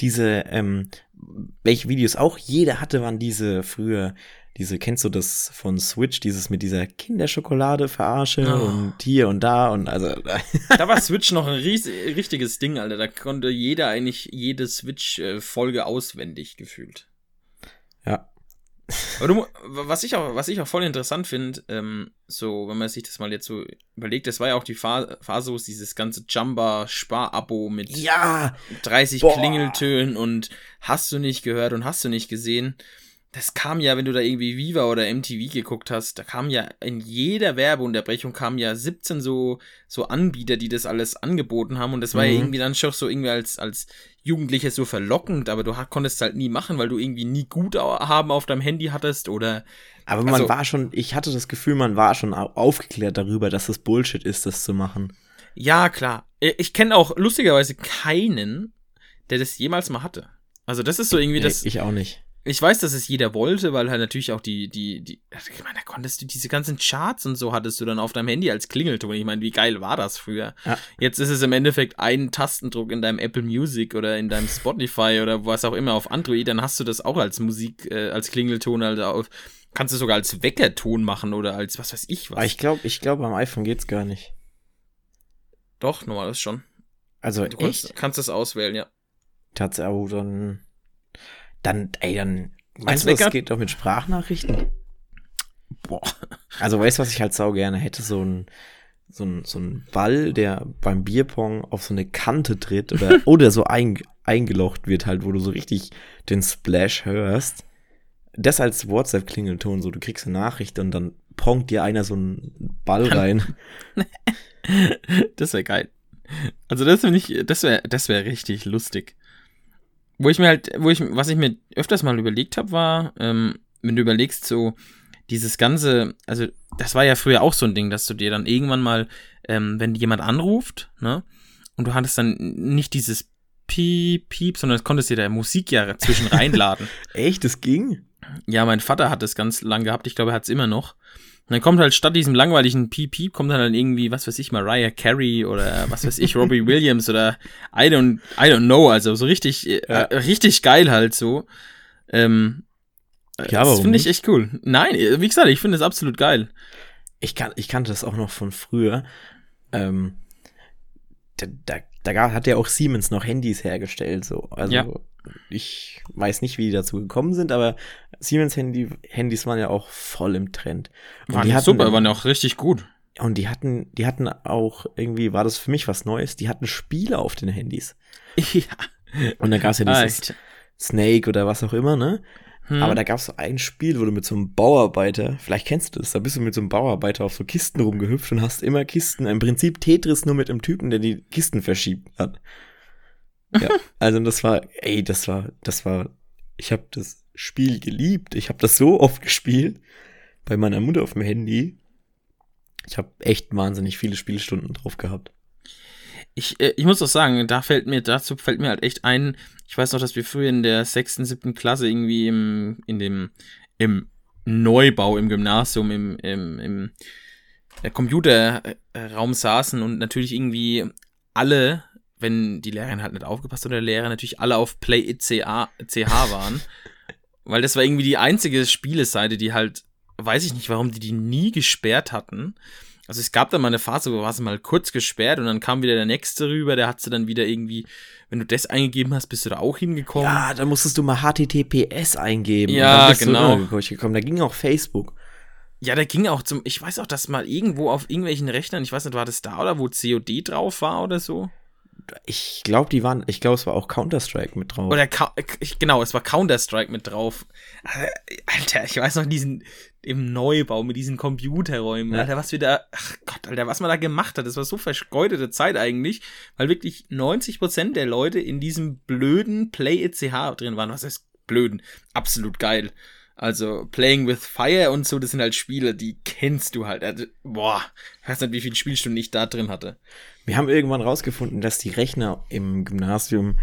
welche Videos auch jeder hatte, waren diese früher, kennst du das von Switch, dieses mit dieser Kinderschokolade-Verarsche und hier und da und also. Da war Switch noch ein richtiges Ding, Alter. Da konnte jeder eigentlich jede Switch-Folge auswendig gefühlt. Ja. Aber was ich auch voll interessant finde, so, wenn man sich das mal jetzt so überlegt, das war ja auch die Phase, wo es dieses ganze Jamba-Spar-Abo mit 30 Klingeltönen und hast du nicht gehört und hast du nicht gesehen. Das kam ja, wenn du da irgendwie Viva oder MTV geguckt hast, da kam ja in jeder Werbeunterbrechung kamen ja 17 so Anbieter, die das alles angeboten haben und das war ja irgendwie dann schon so irgendwie als Jugendlicher so verlockend, aber du konntest es halt nie machen, weil du irgendwie nie Guthaben auf deinem Handy hattest oder. Aber ich hatte das Gefühl, man war schon aufgeklärt darüber, dass es Bullshit ist, das zu machen. Ja, klar. Ich kenne auch lustigerweise keinen, der das jemals mal hatte. Also das ist so irgendwie das. Ich auch nicht. Ich weiß, dass es jeder wollte, weil halt natürlich auch ich meine, da konntest du diese ganzen Charts und so hattest du dann auf deinem Handy als Klingelton. Ich meine, wie geil war das früher? Ja. Jetzt ist es im Endeffekt ein Tastendruck in deinem Apple Music oder in deinem Spotify oder was auch immer auf Android, dann hast du das auch als Musik, als Klingelton, also kannst du sogar als Weckerton machen oder als was weiß ich was. Aber ich glaube, am iPhone geht's gar nicht. Doch, normal ist schon. Also du kannst das auswählen, ja. Tatsächlich, dann meinst du, das geht doch mit Sprachnachrichten? Boah. Also weißt du, was ich halt sau gerne hätte? So ein Ball, der beim Bierpong auf so eine Kante tritt oder so eingelocht wird halt, wo du so richtig den Splash hörst. Das als WhatsApp-Klingelton, so du kriegst eine Nachricht und dann pongt dir einer so einen Ball rein. Das wäre geil. Also das wäre richtig lustig. Was ich mir öfters mal überlegt habe, war, wenn du überlegst, so dieses ganze, also das war ja früher auch so ein Ding, dass du dir dann irgendwann mal, wenn jemand anruft, ne, und du hattest dann nicht dieses Piep, Piep, sondern das konntest dir da Musik ja zwischen reinladen. Echt, das ging? Ja, mein Vater hat das ganz lang gehabt, ich glaube, er hat es immer noch. Und dann kommt halt statt diesem langweiligen Piep, Piep, kommt dann irgendwie, was weiß ich, Mariah Carey oder was weiß ich, Robbie Williams oder I don't know, also so richtig, richtig geil halt so. Ja, das finde ich echt cool. Nein, wie gesagt, ich finde es absolut geil. Ich kannte das auch noch von früher. Da hat ja auch Siemens noch Handys hergestellt, so. Also ja. Ich weiß nicht, wie die dazu gekommen sind, aber Siemens Handys waren ja auch voll im Trend. Und die hatten super, waren ja auch richtig gut. Und die hatten auch, irgendwie war das für mich was Neues, die hatten Spiele auf den Handys. Ja. Und da gab es ja dieses Snake oder was auch immer, ne? Aber da gab es so ein Spiel, wo du mit so einem Bauarbeiter, vielleicht kennst du das, da bist du mit so einem Bauarbeiter auf so Kisten rumgehüpft und hast immer Kisten, im Prinzip Tetris nur mit einem Typen, der die Kisten verschiebt hat. Ja, also ich habe das Spiel geliebt, ich habe das so oft gespielt, bei meiner Mutter auf dem Handy. Ich habe echt wahnsinnig viele Spielstunden drauf gehabt. Ich muss auch sagen, dazu fällt mir halt echt ein, ich weiß noch, dass wir früher in der 6., 7. Klasse irgendwie im Neubau im Gymnasium, im Computerraum saßen und natürlich irgendwie alle, wenn die Lehrerin halt nicht aufgepasst hat oder der Lehrer, natürlich alle auf Play It CH waren. Weil das war irgendwie die einzige Spieleseite, die halt, weiß ich nicht, warum die nie gesperrt hatten. Also es gab da mal eine Phase, wo war sie mal kurz gesperrt und dann kam wieder der nächste rüber, der hat sie dann wieder irgendwie, wenn du das eingegeben hast, bist du da auch hingekommen. Ja, da musstest du mal HTTPS eingeben. Ja, genau. Da ging auch Facebook. Ja, da ging auch ich weiß auch, dass mal irgendwo auf irgendwelchen Rechnern, ich weiß nicht, war das da oder wo COD drauf war oder so? Ich glaube, es war auch Counter-Strike mit drauf. Oder genau, es war Counter-Strike mit drauf. Alter, ich weiß noch im Neubau mit diesen Computerräumen, ja. Alter, was man da gemacht hat, das war so vergeudete Zeit eigentlich, weil wirklich 90% der Leute in diesem blöden Play-It-CH drin waren. Was heißt blöden? Absolut geil. Also Playing with Fire und so, das sind halt Spiele, die kennst du halt. Also, ich weiß nicht, wie viele Spielstunden ich da drin hatte. Wir haben irgendwann rausgefunden, dass die Rechner im Gymnasium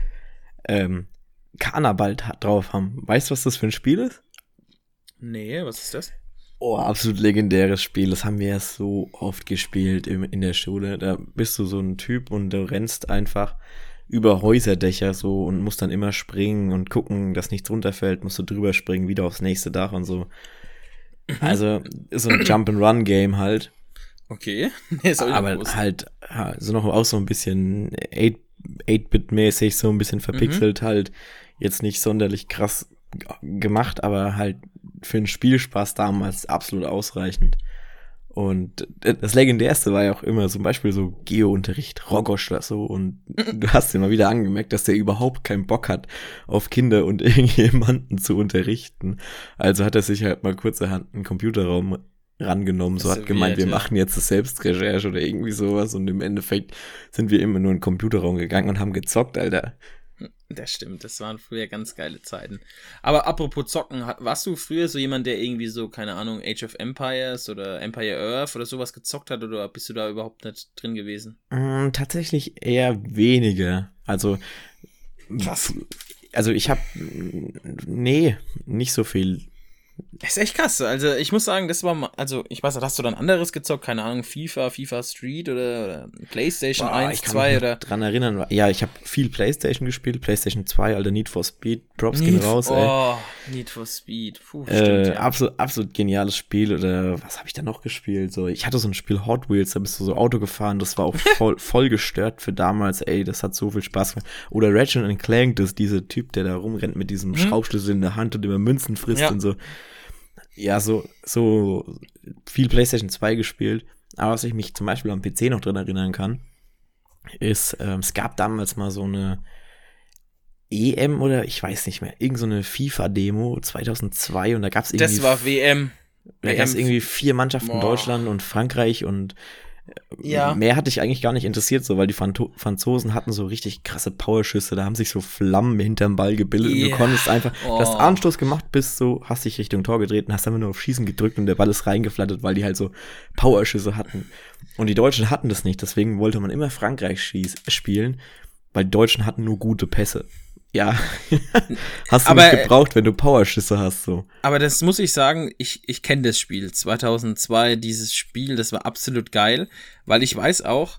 Carnaval drauf haben. Weißt du, was das für ein Spiel ist? Nee, was ist das? Oh, absolut legendäres Spiel. Das haben wir ja so oft gespielt in der Schule. Da bist du so ein Typ und du rennst einfach über Häuserdächer so und musst dann immer springen und gucken, dass nichts runterfällt, musst du drüber springen, wieder aufs nächste Dach und so. Also ist so ein Jump-and-Run-Game halt. Okay. Aber halt so noch auch so ein bisschen 8-Bit-mäßig, so ein bisschen verpixelt halt. Jetzt nicht sonderlich krass gemacht, aber halt für den Spielspaß damals absolut ausreichend. Und das Legendärste war ja auch immer zum Beispiel so Geo-Unterricht, Rogosch oder so. Und du hast immer wieder angemerkt, dass der überhaupt keinen Bock hat, auf Kinder und irgendjemanden zu unterrichten. Also hat er sich halt mal kurzerhand einen Computerraum rangenommen, so hat gemeint, wir machen jetzt das Selbstrecherche oder irgendwie sowas. Und im Endeffekt sind wir immer nur in den Computerraum gegangen und haben gezockt, Alter. Das stimmt, das waren früher ganz geile Zeiten. Aber apropos Zocken, warst du früher so jemand, der irgendwie so, keine Ahnung, Age of Empires oder Empire Earth oder sowas gezockt hat oder bist du da überhaupt nicht drin gewesen? Tatsächlich eher weniger. Also krass. Also ich habe, nee, nicht so viel. Das ist echt krass. Also ich muss sagen, das war, also ich weiß nicht, hast du dann anderes gezockt? Keine Ahnung, FIFA Street oder PlayStation 1, Ich kann 2 mich oder... dran erinnern. Ja, ich habe viel PlayStation gespielt. PlayStation 2, Alter, Need for Speed. Props gehen raus, ey. Oh, Need for Speed. Puh, stimmt, ja. Absolut geniales Spiel. Oder was habe ich da noch gespielt? So, ich hatte so ein Spiel Hot Wheels, da bist du so Auto gefahren. Das war auch voll gestört für damals, ey. Das hat so viel Spaß gemacht. Oder Ratchet & Clank, das ist dieser Typ, der da rumrennt mit diesem Schraubschlüssel in der Hand und immer Münzen frisst und so. Ja, so viel PlayStation 2 gespielt. Aber was ich mich zum Beispiel am PC noch drin erinnern kann, ist, es gab damals mal so eine EM oder ich weiß nicht mehr, irgend so eine FIFA-Demo 2002 und da gab es irgendwie... Das war WM. Da gab es irgendwie 4 Mannschaften, Deutschland und Frankreich und mehr hatte ich eigentlich gar nicht interessiert, so, weil die Franzosen hatten so richtig krasse Powerschüsse, da haben sich so Flammen hinterm Ball gebildet und du konntest einfach, du hast Anstoß gemacht, bist so, hast dich Richtung Tor gedreht und hast einfach nur auf Schießen gedrückt und der Ball ist reingeflattert, weil die halt so Powerschüsse hatten. Und die Deutschen hatten das nicht, deswegen wollte man immer Frankreich spielen, weil die Deutschen hatten nur gute Pässe. Ja, hast du nicht gebraucht, wenn du Powerschüsse hast, so. Aber das muss ich sagen, ich kenne das Spiel. 2002, dieses Spiel, das war absolut geil, weil ich weiß auch,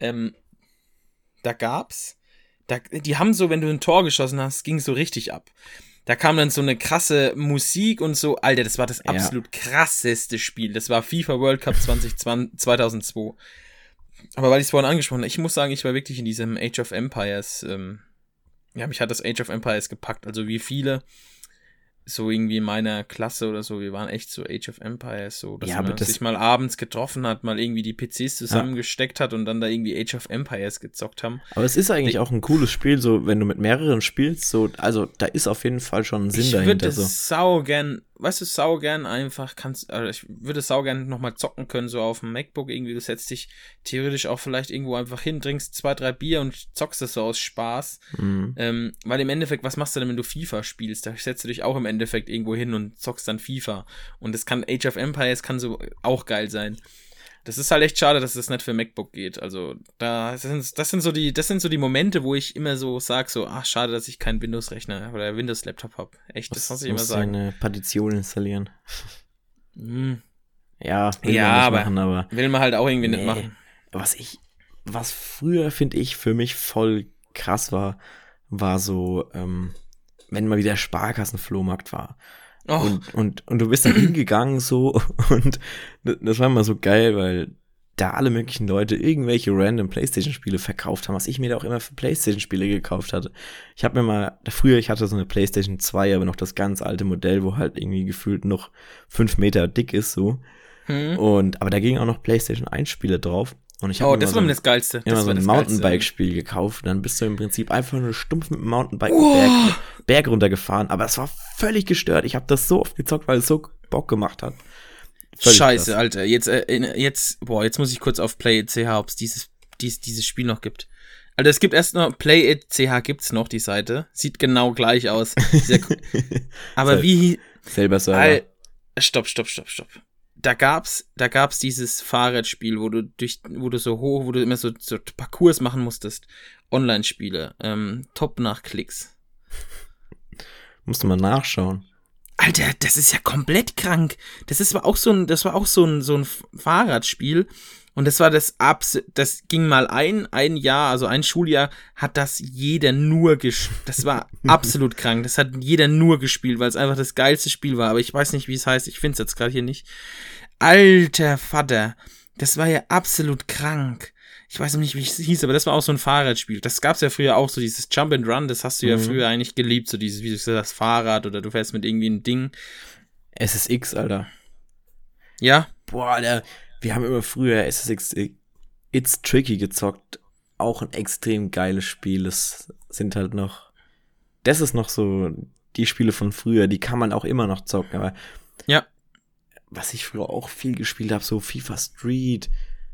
die haben so, wenn du ein Tor geschossen hast, ging so richtig ab. Da kam dann so eine krasse Musik und so, Alter, das war das absolut krasseste Spiel. Das war FIFA World Cup 2002. Aber weil ich es vorhin angesprochen habe, ich muss sagen, ich war wirklich in diesem Age of Empires, mich hat das Age of Empires gepackt, also wie viele, so irgendwie in meiner Klasse oder so, wir waren echt so Age of Empires, so, dass man sich mal abends getroffen hat, mal irgendwie die PCs zusammengesteckt hat und dann da irgendwie Age of Empires gezockt haben. Aber es ist eigentlich auch ein cooles Spiel, so, wenn du mit mehreren spielst, so, also, da ist auf jeden Fall schon ein Sinn dahinter. Ich würde saugern nochmal zocken können, so auf dem MacBook irgendwie, du setzt dich theoretisch auch vielleicht irgendwo einfach hin, trinkst 2, 3 Bier und zockst das so aus Spaß, weil im Endeffekt, was machst du denn, wenn du FIFA spielst? Da setzt du dich auch im Endeffekt irgendwo hin und zockst dann FIFA und das kann, Age of Empires kann so auch geil sein. Das ist halt echt schade, dass das nicht für MacBook geht. Also, das sind so die Momente, wo ich immer so sag, so, ach, schade, dass ich keinen Windows-Rechner oder Windows-Laptop habe. Echt, das muss ich immer sagen. Eine Partition installieren. Ja, will man nicht machen, aber will man halt auch irgendwie nicht machen. Was früher, finde ich, für mich voll krass war so, wenn mal wieder Sparkassenflohmarkt war. Und du bist dann hingegangen so und das war immer so geil, weil da alle möglichen Leute irgendwelche random Playstation-Spiele verkauft haben, was ich mir da auch immer für Playstation-Spiele gekauft hatte. Ich hatte so eine Playstation 2, aber noch das ganz alte Modell, wo halt irgendwie gefühlt noch 5 Meter dick ist so. Aber da gingen auch noch Playstation 1 Spiele drauf. Und ich habe das war das Geilste. Immer so ein Mountainbike-Spiel gekauft. Dann bist du im Prinzip einfach nur stumpf mit dem Mountainbike Berg runtergefahren. Aber es war völlig gestört. Ich habe das so oft gezockt, weil es so Bock gemacht hat. Völlig Scheiße, krass. Alter. Jetzt muss ich kurz auf Play.ch, ob es dieses Spiel noch gibt. Also es gibt erst noch, Play.ch gibt's noch, die Seite. Sieht genau gleich aus. Aber wie... Selber Server. Stopp. Da gab's dieses Fahrradspiel, wo du immer so Parcours machen musstest. Online-Spiele. Top nach Klicks. Musst du mal nachschauen. Alter, das ist ja komplett krank. Das war auch so ein Fahrradspiel. Und das ging mal ein Jahr, also ein Schuljahr, hat das jeder nur das war absolut krank. Das hat jeder nur gespielt, weil es einfach das geilste Spiel war. Aber ich weiß nicht, wie es heißt. Ich finde es jetzt gerade hier nicht. Alter Vater, das war ja absolut krank. Ich weiß nicht, wie es hieß, aber das war auch so ein Fahrradspiel. Das gab's ja früher auch, so dieses Jump and Run, das hast du ja früher eigentlich geliebt, so dieses, wie du gesagt hast, Fahrrad oder du fährst mit irgendwie einem Ding. SSX, Alter. Ja? Boah, Alter, wir haben immer früher SSX It's Tricky gezockt. Auch ein extrem geiles Spiel. Das ist noch so die Spiele von früher, die kann man auch immer noch zocken, aber ja. Was ich früher auch viel gespielt habe, so FIFA Street,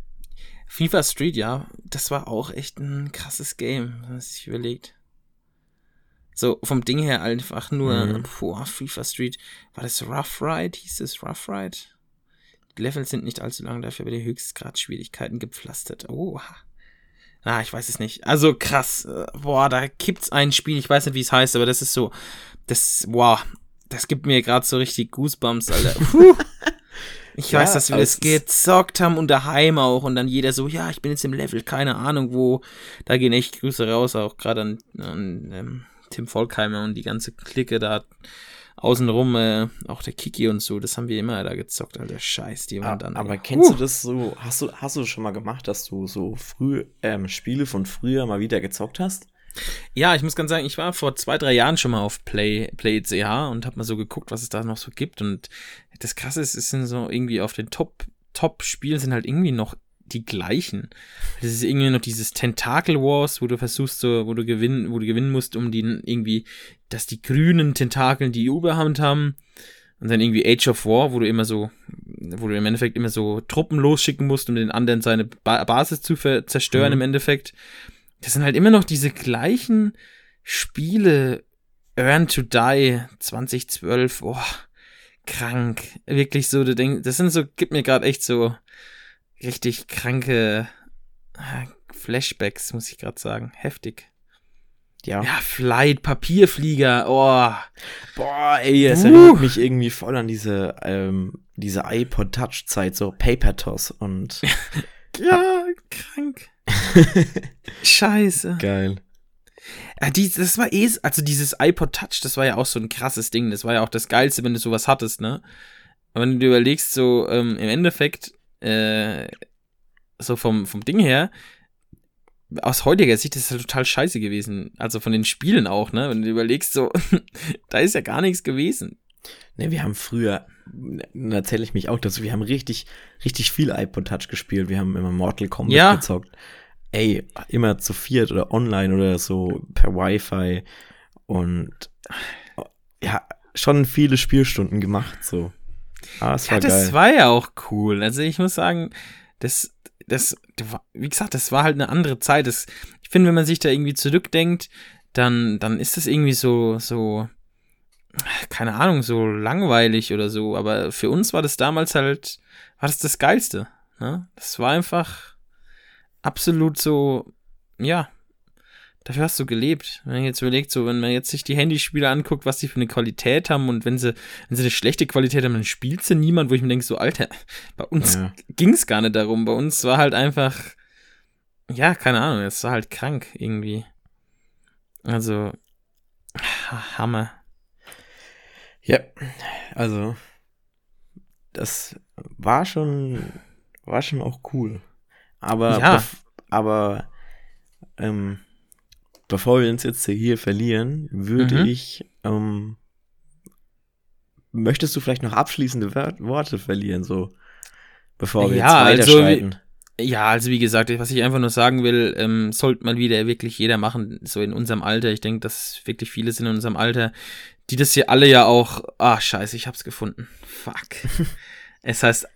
ja, das war auch echt ein krasses Game, wenn man sich überlegt. So, vom Ding her einfach nur, FIFA Street, war das Rough Ride? Hieß es Rough Ride? Die Level sind nicht allzu lang, dafür aber die Höchstgrad-Schwierigkeiten gepflastert. Oha. ich weiß es nicht. Also krass. Boah, da gibt's ein Spiel, ich weiß nicht, wie es heißt, aber das ist so, das gibt mir gerade so richtig Goosebumps, Alter. Ich weiß, dass wir das gezockt haben und daheim auch und dann jeder so, ja, ich bin jetzt im Level, keine Ahnung wo. Da gehen echt Grüße raus, auch gerade an Tim Volkheimer und die ganze Clique da außenrum, auch der Kiki und so, das haben wir immer da gezockt, Alter, Scheiß, die waren dann. Aber kennst du das so, hast du schon mal gemacht, dass du so früh Spiele von früher mal wieder gezockt hast? Ja, ich muss ganz sagen, ich war vor 2-3 Jahren schon mal auf Play.ch und hab mal so geguckt, was es da noch so gibt und das Krasse ist, es sind so irgendwie auf den Top-Spielen sind halt irgendwie noch die gleichen. Das ist irgendwie noch dieses Tentacle Wars, wo du versuchst wo du gewinnen musst, um die irgendwie, dass die grünen Tentakeln die Überhand haben. Und dann irgendwie Age of War, wo du im Endeffekt immer so Truppen losschicken musst, um den anderen seine Basis zu zerstören im Endeffekt. Das sind halt immer noch diese gleichen Spiele. Earn to Die 2012, krank. Wirklich so, gibt mir gerade echt so richtig kranke Flashbacks, muss ich gerade sagen. Heftig. Ja, Flight, Papierflieger, Boah, ey, es erinnert mich irgendwie voll an diese iPod-Touch-Zeit, so Paper Toss und ja, krank. Scheiße. Geil. Das war also dieses iPod Touch, das war ja auch so ein krasses Ding. Das war ja auch das Geilste, wenn du sowas hattest, ne? Aber wenn du dir überlegst, so im Endeffekt, so vom Ding her, aus heutiger Sicht ist das halt total scheiße gewesen. Also von den Spielen auch, ne? Wenn du dir überlegst, so, da ist ja gar nichts gewesen. Ne, wir haben früher, da zähle ich mich auch dazu, wir haben richtig, richtig viel iPod Touch gespielt. Wir haben immer Mortal Kombat gezockt. Ey, immer zu viert oder online oder so per Wi-Fi und ja, schon viele Spielstunden gemacht, so. Das war geil. Das war ja auch cool. Also ich muss sagen, wie gesagt, das war halt eine andere Zeit. Ich finde, wenn man sich da irgendwie zurückdenkt, dann ist das irgendwie so, keine Ahnung, so langweilig oder so. Aber für uns war das damals halt, war das Geilste. Ne? Das war einfach absolut so, ja, dafür hast du gelebt. Wenn man jetzt überlegt, so, wenn man jetzt sich die Handyspiele anguckt, was die für eine Qualität haben und wenn sie eine schlechte Qualität haben, dann spielt sie niemand, wo ich mir denke, so, Alter, bei uns ging es gar nicht darum. Bei uns war halt einfach, ja, keine Ahnung, es war halt krank irgendwie. Also, Hammer. Ja, also, das war schon auch cool. Aber, bevor wir uns jetzt hier verlieren, würde ich, möchtest du vielleicht noch abschließende Worte verlieren, so, bevor wir jetzt weiterschreiten? Also wie gesagt, was ich einfach nur sagen will, sollte mal wieder wirklich jeder machen, so in unserem Alter. Ich denke, dass wirklich viele sind in unserem Alter, die das hier alle ja auch, scheiße, ich hab's gefunden. Fuck. Es heißt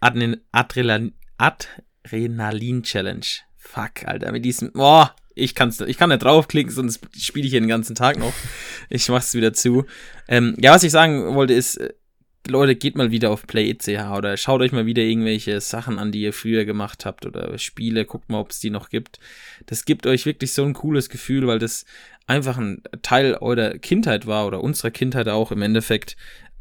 Adrenalin-Challenge. Fuck, Alter, mit diesem, ich kann nicht draufklicken, sonst spiele ich hier den ganzen Tag noch. Ich mach's wieder zu. Was ich sagen wollte ist, Leute, geht mal wieder auf Play.ch oder schaut euch mal wieder irgendwelche Sachen an, die ihr früher gemacht habt oder Spiele, guckt mal, ob es die noch gibt. Das gibt euch wirklich so ein cooles Gefühl, weil das einfach ein Teil eurer Kindheit war oder unserer Kindheit auch im Endeffekt.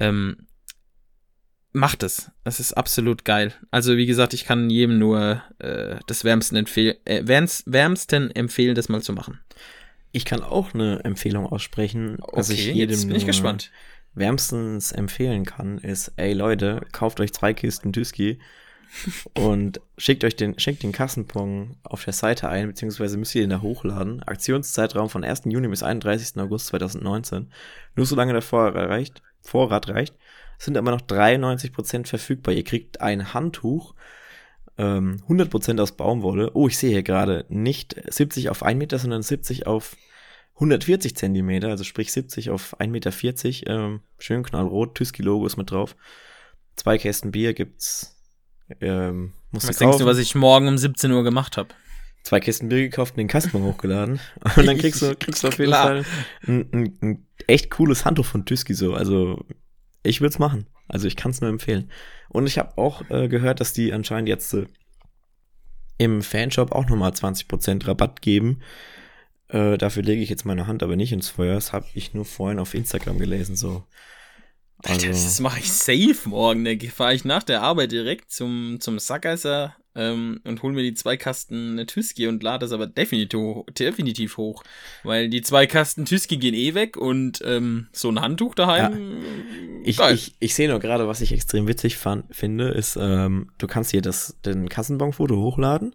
Macht es. Das ist absolut geil. Also wie gesagt, ich kann jedem nur das wärmsten empfehlen, das mal zu machen. Ich kann auch eine Empfehlung aussprechen, was ich jedem jetzt bin ich gespannt. Wärmstens empfehlen kann, ist, ey Leute, kauft euch 2 Kisten Tüski und schickt den Kassenbon auf der Seite ein, beziehungsweise müsst ihr den da hochladen. Aktionszeitraum von 1. Juni bis 31. August 2019. Nur solange der Vorrat reicht. Sind aber noch 93% verfügbar. Ihr kriegt ein Handtuch, 100% aus Baumwolle. Ich sehe hier gerade nicht 70 auf 1 Meter, sondern 70 auf 140 Zentimeter, also sprich 70 auf 1,40 Meter. Schön knallrot, Tüski-Logo ist mit drauf. 2 Kästen Bier gibt's. Was denkst du, was ich morgen um 17 Uhr gemacht habe? 2 Kästen Bier gekauft und den Kasten hochgeladen. Und dann kriegst du auf jeden Fall ein echt cooles Handtuch von Tüski so. Also ich würde es machen. Also ich kann es nur empfehlen. Und ich habe auch gehört, dass die anscheinend jetzt im Fanshop auch nochmal 20% Rabatt geben. Dafür lege ich jetzt meine Hand aber nicht ins Feuer. Das habe ich nur vorhin auf Instagram gelesen. So. Also, das mache ich safe morgen. Da fahre ich nach der Arbeit direkt zum Sackgasser und hole mir die 2 Kasten Tüski und lade das aber definitiv hoch. Weil die 2 Kasten Tüski gehen eh weg und so ein Handtuch daheim. Ja. Ich sehe nur gerade, was ich extrem witzig finde, ist, du kannst hier den Kassenbonfoto hochladen.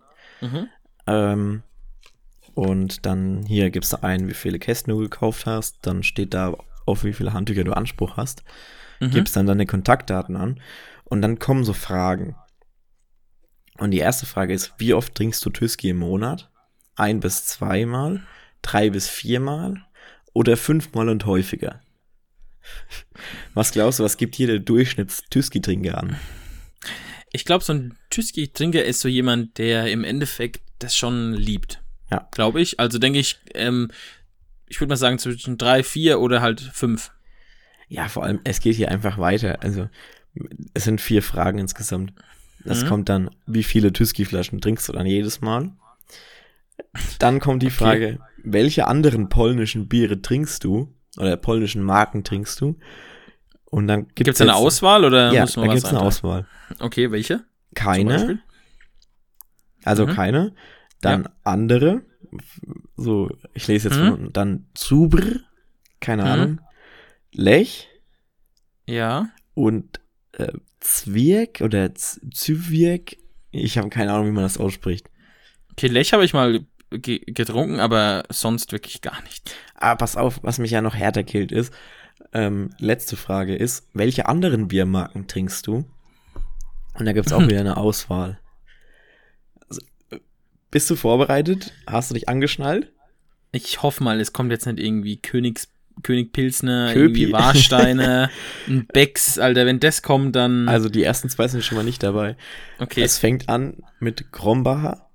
Und dann hier gibst du ein, wie viele Kästen du gekauft hast. Dann steht da, auf wie viele Handtücher du Anspruch hast. Gibst dann deine Kontaktdaten an. Und dann kommen so Fragen. Und die erste Frage ist, wie oft trinkst du Tüski im Monat? 1 bis 2 Mal, 3 bis 4 Mal oder 5 Mal und häufiger? Was glaubst du, was gibt hier der Durchschnitts-Tüski-Trinker an? Ich glaube, so ein Tüski-Trinker ist so jemand, der im Endeffekt das schon liebt. Ja. Glaube ich. Also denke ich, ich würde mal sagen zwischen 3, 4 oder halt 5. Ja, vor allem, es geht hier einfach weiter. Also, es sind 4 Fragen insgesamt. Das kommt dann, wie viele Tüski-Flaschen trinkst du dann jedes Mal? Dann kommt die Frage, welche anderen polnischen Biere trinkst du? Oder polnischen Marken trinkst du? Und dann gibt's eine Auswahl oder ja, muss man da was gibt's eine Auswahl. Okay, welche? Keine. Also keine. Dann andere. So, ich lese jetzt von unten. Dann Zubr. Keine Ahnung. Lech. Ja. Und Zwirk oder Zywirk. Ich habe keine Ahnung, wie man das ausspricht. Okay, Lech habe ich mal getrunken, aber sonst wirklich gar nicht. Aber pass auf, was mich ja noch härter killt ist, letzte Frage ist, welche anderen Biermarken trinkst du? Und da gibt's auch wieder eine Auswahl. Also, bist du vorbereitet? Hast du dich angeschnallt? Ich hoffe mal, es kommt jetzt nicht irgendwie König Pilsner, irgendwie Warsteiner, ein Becks, Alter, wenn das kommt, dann... Also die ersten 2 sind schon mal nicht dabei. Okay. Es fängt an mit Krombacher,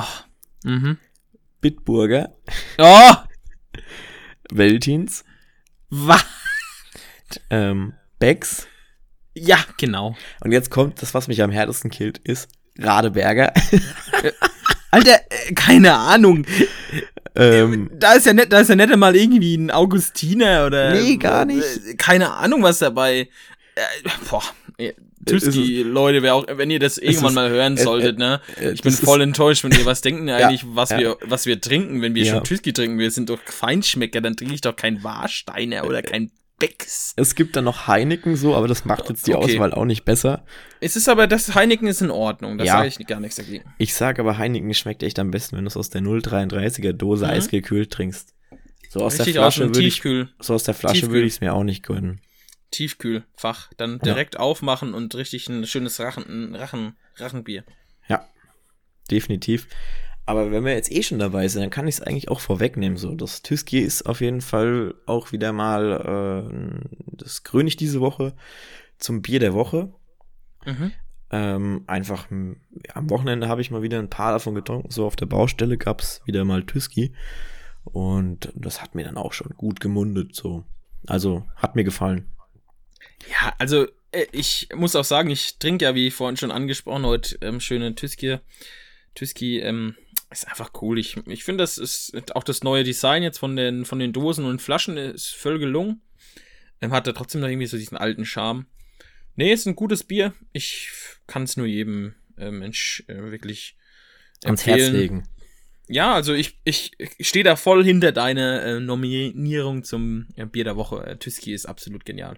Bitburger, Veltins, Was? Becks. Ja, genau. Und jetzt kommt das, was mich am härtesten killt, ist Radeberger. Alter, keine Ahnung. Da ist ja nicht mal irgendwie ein Augustiner oder... Nee, gar nicht. Keine Ahnung, was dabei... Tüski, Leute, wenn ihr das irgendwann mal hören solltet, ne? Ich bin voll enttäuscht, wenn ihr was denken eigentlich, was wir trinken, wenn wir schon Tüski trinken. Wir sind doch Feinschmecker, dann trinke ich doch kein Warsteiner oder kein Becks. Es gibt dann noch Heineken so, aber das macht jetzt die Auswahl auch nicht besser. Es ist aber, das Heineken ist in Ordnung, da sage ich gar nichts dagegen. Ich sage aber, Heineken schmeckt echt am besten, wenn du es aus der 0,33er Dose eisgekühlt trinkst. So aus der Flasche würde ich es mir auch nicht gönnen. Tiefkühlfach, dann direkt aufmachen und richtig ein schönes Rachenbier. Ja, definitiv. Aber wenn wir jetzt schon dabei sind, dann kann ich es eigentlich auch vorwegnehmen. So, das Tüski ist auf jeden Fall auch wieder mal das kröne ich diese Woche zum Bier der Woche. Einfach am Wochenende habe ich mal wieder ein paar davon getrunken. So auf der Baustelle gab es wieder mal Tüski. Und das hat mir dann auch schon gut gemundet. So. Also hat mir gefallen. Ja, also ich muss auch sagen, ich trinke ja, wie vorhin schon angesprochen, heute schöne Tüski. Tüski ist einfach cool. Ich finde, das ist auch das neue Design jetzt von den Dosen und Flaschen ist voll gelungen. Hat er trotzdem noch irgendwie so diesen alten Charme. Nee, ist ein gutes Bier. Ich kann es nur jedem Mensch wirklich ans Herz legen. Ja, also ich stehe da voll hinter deiner Nominierung zum Bier der Woche. Tüski ist absolut genial.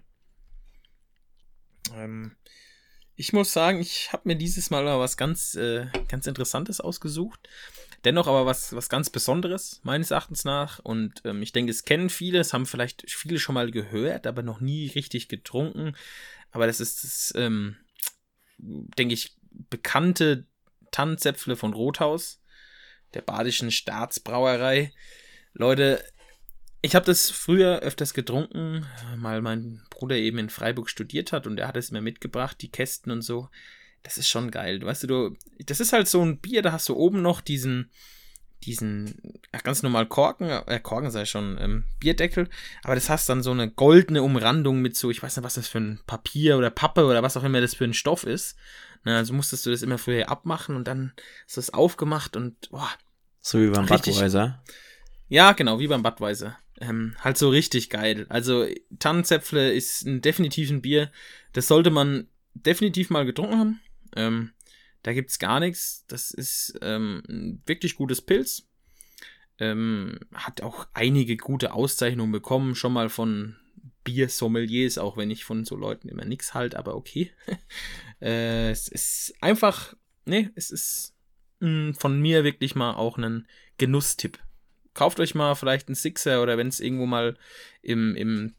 Ich muss sagen, ich habe mir dieses Mal was ganz Interessantes ausgesucht. Dennoch aber was ganz Besonderes, meines Erachtens nach. Und ich denke, es kennen viele, es haben vielleicht viele schon mal gehört, aber noch nie richtig getrunken. Aber das ist das, denke ich, bekannte Tannenzäpfle von Rothaus, der Badischen Staatsbrauerei. Leute, ich habe das früher öfters getrunken, weil mein Bruder eben in Freiburg studiert hat und er hat es mir mitgebracht, die Kästen und so. Das ist schon geil. Weißt du, das ist halt so ein Bier, da hast du oben noch diesen ganz normal Korken sei schon, Bierdeckel, aber das hast dann so eine goldene Umrandung mit so, ich weiß nicht, was das für ein Papier oder Pappe oder was auch immer das für ein Stoff ist. Ne, also musstest du das immer früher abmachen und dann hast du es aufgemacht und boah. So wie beim Budweiser. Ja, genau, wie beim Budweiser. Halt so richtig geil. Also Tannenzäpfle ist definitiv ein Bier, das sollte man definitiv mal getrunken haben. Da gibt's gar nichts. Das ist ein wirklich gutes Pilz. Hat auch einige gute Auszeichnungen bekommen, schon mal von Biersommeliers, auch wenn ich von so Leuten immer nichts halte, aber okay. Es ist einfach, es ist von mir wirklich mal auch ein Genusstipp. Kauft euch mal vielleicht einen Sixer oder wenn es irgendwo mal im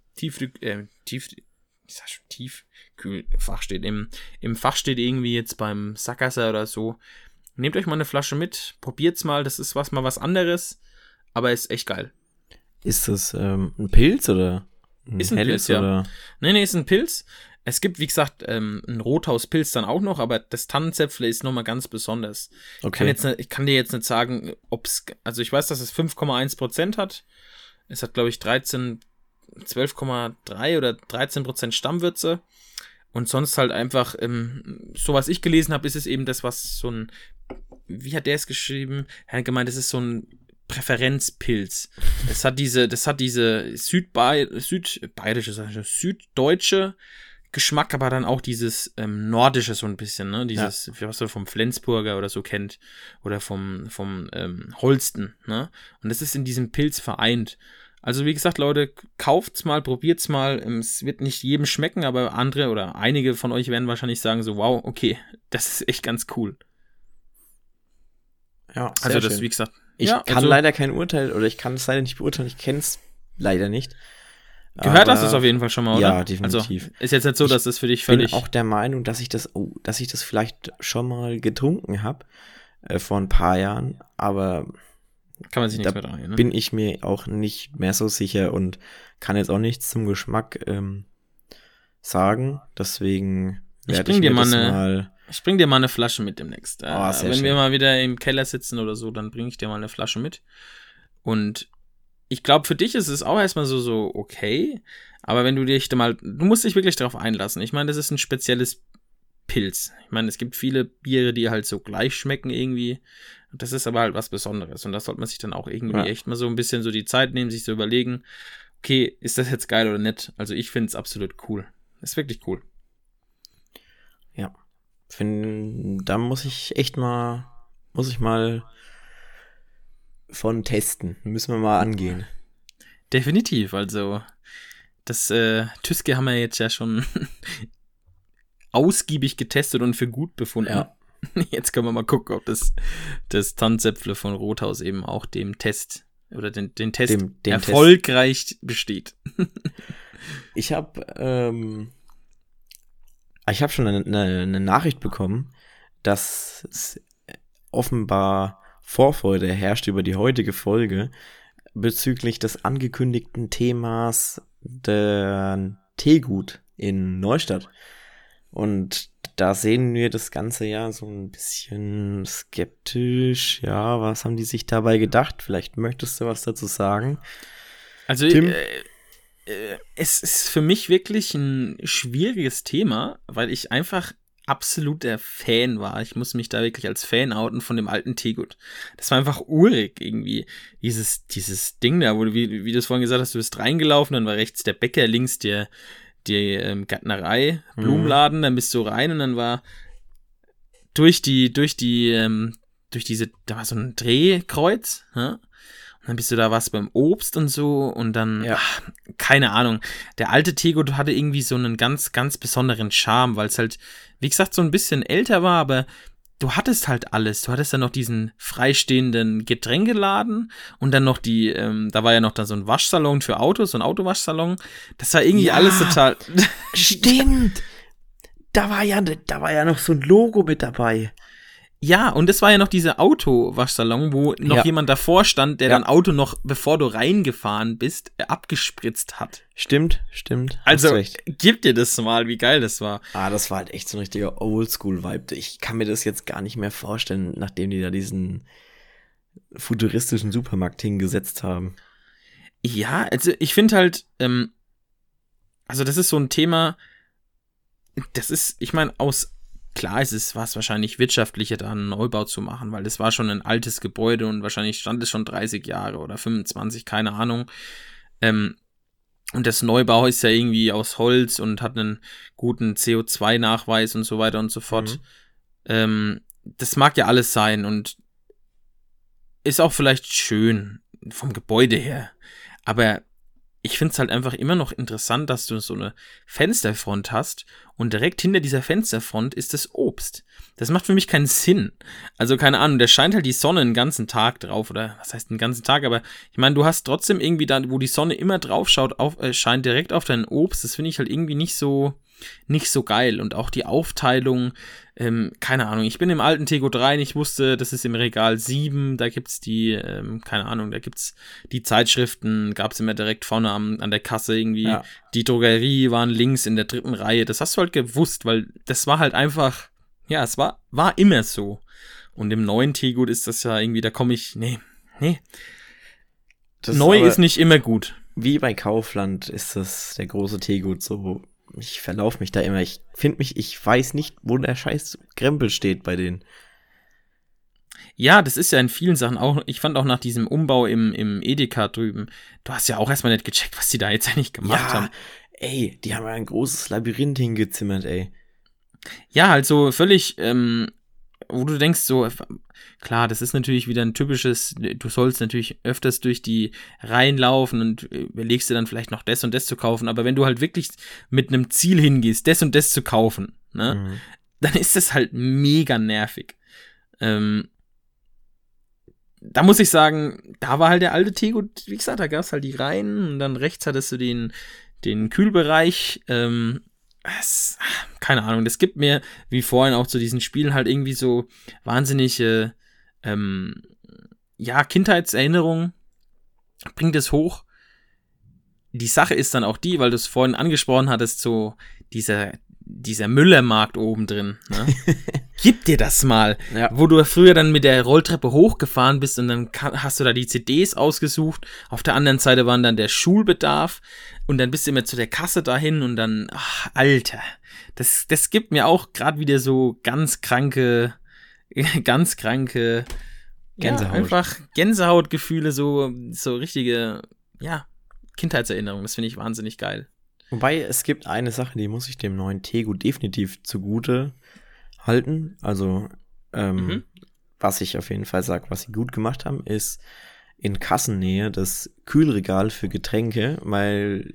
Tiefkühlfach steht, im Fach steht irgendwie jetzt beim Sackgasser oder so. Nehmt euch mal eine Flasche mit, probiert's mal, das ist mal was anderes, aber ist echt geil. Ist das ein Pilz oder ein ist ein helles? Pilz, ja. Oder? Nee, ist ein Pilz. Es gibt, wie gesagt, ein Rothauspilz dann auch noch, aber das Tannenzäpfle ist nochmal ganz besonders. Okay. Ich kann dir jetzt nicht sagen, also ich weiß, dass es 5,1% hat. Es hat, glaube ich, 12,3 oder 13% Stammwürze. Und sonst halt einfach, so was ich gelesen habe, ist es eben das, was so ein, wie hat der es geschrieben? Er hat gemeint, es ist so ein Präferenzpilz. Das hat diese süddeutsche Geschmack, aber dann auch dieses nordische so ein bisschen, ne? Dieses, was man vom Flensburger oder so kennt. Oder vom Holsten, ne? Und das ist in diesem Pilz vereint. Also wie gesagt, Leute, kauft's mal, probiert's mal. Es wird nicht jedem schmecken, aber andere oder einige von euch werden wahrscheinlich sagen so, wow, okay, das ist echt ganz cool. Ja, also das, wie gesagt. Ich kann leider kein Urteil, oder ich kann es leider nicht beurteilen, ich kenne es leider nicht. Gehört hast du es auf jeden Fall schon mal, oder? Ja, definitiv. Also, ist jetzt nicht so, dass das für dich völlig... Ich bin auch der Meinung, dass ich das vielleicht schon mal getrunken habe, vor ein paar Jahren, aber kann man sich nichts mehr dran erinnern, ne? Bin ich mir auch nicht mehr so sicher und kann jetzt auch nichts zum Geschmack sagen, deswegen werde ich mir das mal... Ich bring dir mal eine Flasche mit demnächst. Wenn wir mal wieder im Keller sitzen oder so, dann bringe ich dir mal eine Flasche mit. Und ich glaube, für dich ist es auch erstmal so okay. Aber wenn du musst dich wirklich darauf einlassen. Ich meine, das ist ein spezielles Pilz. Ich meine, es gibt viele Biere, die halt so gleich schmecken irgendwie. Das ist aber halt was Besonderes. Und das sollte man sich dann auch irgendwie echt mal so ein bisschen so die Zeit nehmen, sich so überlegen, okay, ist das jetzt geil oder nicht? Also ich finde es absolut cool. Ist wirklich cool. Ja. Da muss ich mal von testen. Müssen wir mal angehen. Definitiv, also das Tüske haben wir jetzt ja schon ausgiebig getestet und für gut befunden. Ja. Jetzt können wir mal gucken, ob das Tannenzäpfle von Rothaus eben auch dem Test oder den Test erfolgreich besteht. Ich habe schon eine Nachricht bekommen, dass es offenbar Vorfreude herrscht über die heutige Folge bezüglich des angekündigten Themas der Teegut in Neustadt. Und da sehen wir das Ganze ja so ein bisschen skeptisch. Ja, was haben die sich dabei gedacht? Vielleicht möchtest du was dazu sagen. Also, Tim? Es ist für mich wirklich ein schwieriges Thema, weil ich einfach absoluter Fan war. Ich muss mich da wirklich als Fan outen von dem alten Teegut. Das war einfach urig irgendwie. Dieses Ding da, wo du, wie du es vorhin gesagt hast, du bist reingelaufen, dann war rechts der Bäcker, links die Gärtnerei, Blumenladen, dann bist du rein und dann war durch diese, da war so ein Drehkreuz, ja? Dann bist du da was beim Obst und so und dann, keine Ahnung. Der alte Teegut hatte irgendwie so einen ganz, ganz besonderen Charme, weil es halt, wie gesagt, so ein bisschen älter war, aber du hattest halt alles. Du hattest dann noch diesen freistehenden Getränkeladen und dann noch da war ja noch da so ein Waschsalon für Autos, so ein Autowaschsalon. Das war irgendwie alles total... Stimmt! Da war ja noch so ein Logo mit dabei. Ja, und es war ja noch dieser Autowaschsalon, wo noch jemand davor stand, der dein Auto noch, bevor du reingefahren bist, abgespritzt hat. Stimmt. Also, gib dir das mal, wie geil das war. Das war halt echt so ein richtiger Oldschool-Vibe. Ich kann mir das jetzt gar nicht mehr vorstellen, nachdem die da diesen futuristischen Supermarkt hingesetzt haben. Ja, also ich finde halt, also das ist so ein Thema, das ist, ich meine, aus klar war es wahrscheinlich wirtschaftlicher, da einen Neubau zu machen, weil das war schon ein altes Gebäude und wahrscheinlich stand es schon 30 Jahre oder 25, keine Ahnung. Und das Neubau ist ja irgendwie aus Holz und hat einen guten CO2-Nachweis und so weiter und so fort. Das mag ja alles sein und ist auch vielleicht schön vom Gebäude her. Aber ich finde es halt einfach immer noch interessant, dass du so eine Fensterfront hast und direkt hinter dieser Fensterfront ist das Obst. Das macht für mich keinen Sinn. Also keine Ahnung, da scheint halt die Sonne den ganzen Tag drauf oder was heißt den ganzen Tag, aber ich meine, du hast trotzdem irgendwie da, wo die Sonne immer drauf schaut, scheint direkt auf dein Obst. Das finde ich halt irgendwie nicht so geil. Und auch die Aufteilung, keine Ahnung, ich bin im alten Tego 3, ich wusste, das ist im Regal 7, da gibt's die, keine Ahnung, da gibt's die Zeitschriften, gab's immer direkt vorne an der Kasse irgendwie, ja. Die Drogerie waren links in der 3. Reihe, das hast du halt gewusst, weil das war halt einfach, ja, es war immer so. Und im neuen Teegut ist das ja irgendwie, da komme ich, nee. Neu ist nicht immer gut. Wie bei Kaufland ist das der große Teegut so. Ich verlaufe mich da immer. Ich weiß nicht, wo der scheiß Krempel steht bei denen. Ja, das ist ja in vielen Sachen auch, ich fand auch nach diesem Umbau im Edeka drüben, du hast ja auch erstmal nicht gecheckt, was die da jetzt eigentlich gemacht haben. Ey, die haben ja ein großes Labyrinth hingezimmert, ey. Ja, halt so völlig, wo du denkst so, klar, das ist natürlich wieder ein typisches, du sollst natürlich öfters durch die Reihen laufen und überlegst dir dann vielleicht noch das und das zu kaufen, aber wenn du halt wirklich mit einem Ziel hingehst, das und das zu kaufen, ne, dann ist das halt mega nervig. Da muss ich sagen, da war halt der alte Teegut, wie gesagt, da gab's halt die Reihen und dann rechts hattest du den Kühlbereich, keine Ahnung, das gibt mir, wie vorhin auch zu diesen Spielen, halt irgendwie so wahnsinnige, Kindheitserinnerungen, bringt es hoch. Die Sache ist dann auch die, weil du es vorhin angesprochen hattest, so dieser Müllermarkt oben drin, ne? Gib dir das mal, ja. Wo du früher dann mit der Rolltreppe hochgefahren bist und dann hast du da die CDs ausgesucht, auf der anderen Seite waren dann der Schulbedarf und dann bist du immer zu der Kasse dahin und dann, ach, Alter, das gibt mir auch gerade wieder so ganz kranke Gänsehaut. Ja, einfach Gänsehautgefühle, so richtige, ja, Kindheitserinnerungen, das finde ich wahnsinnig geil. Wobei, es gibt eine Sache, die muss ich dem neuen Teegut definitiv zugute halten. Also, was ich auf jeden Fall sage, was sie gut gemacht haben, ist in Kassennähe das Kühlregal für Getränke, weil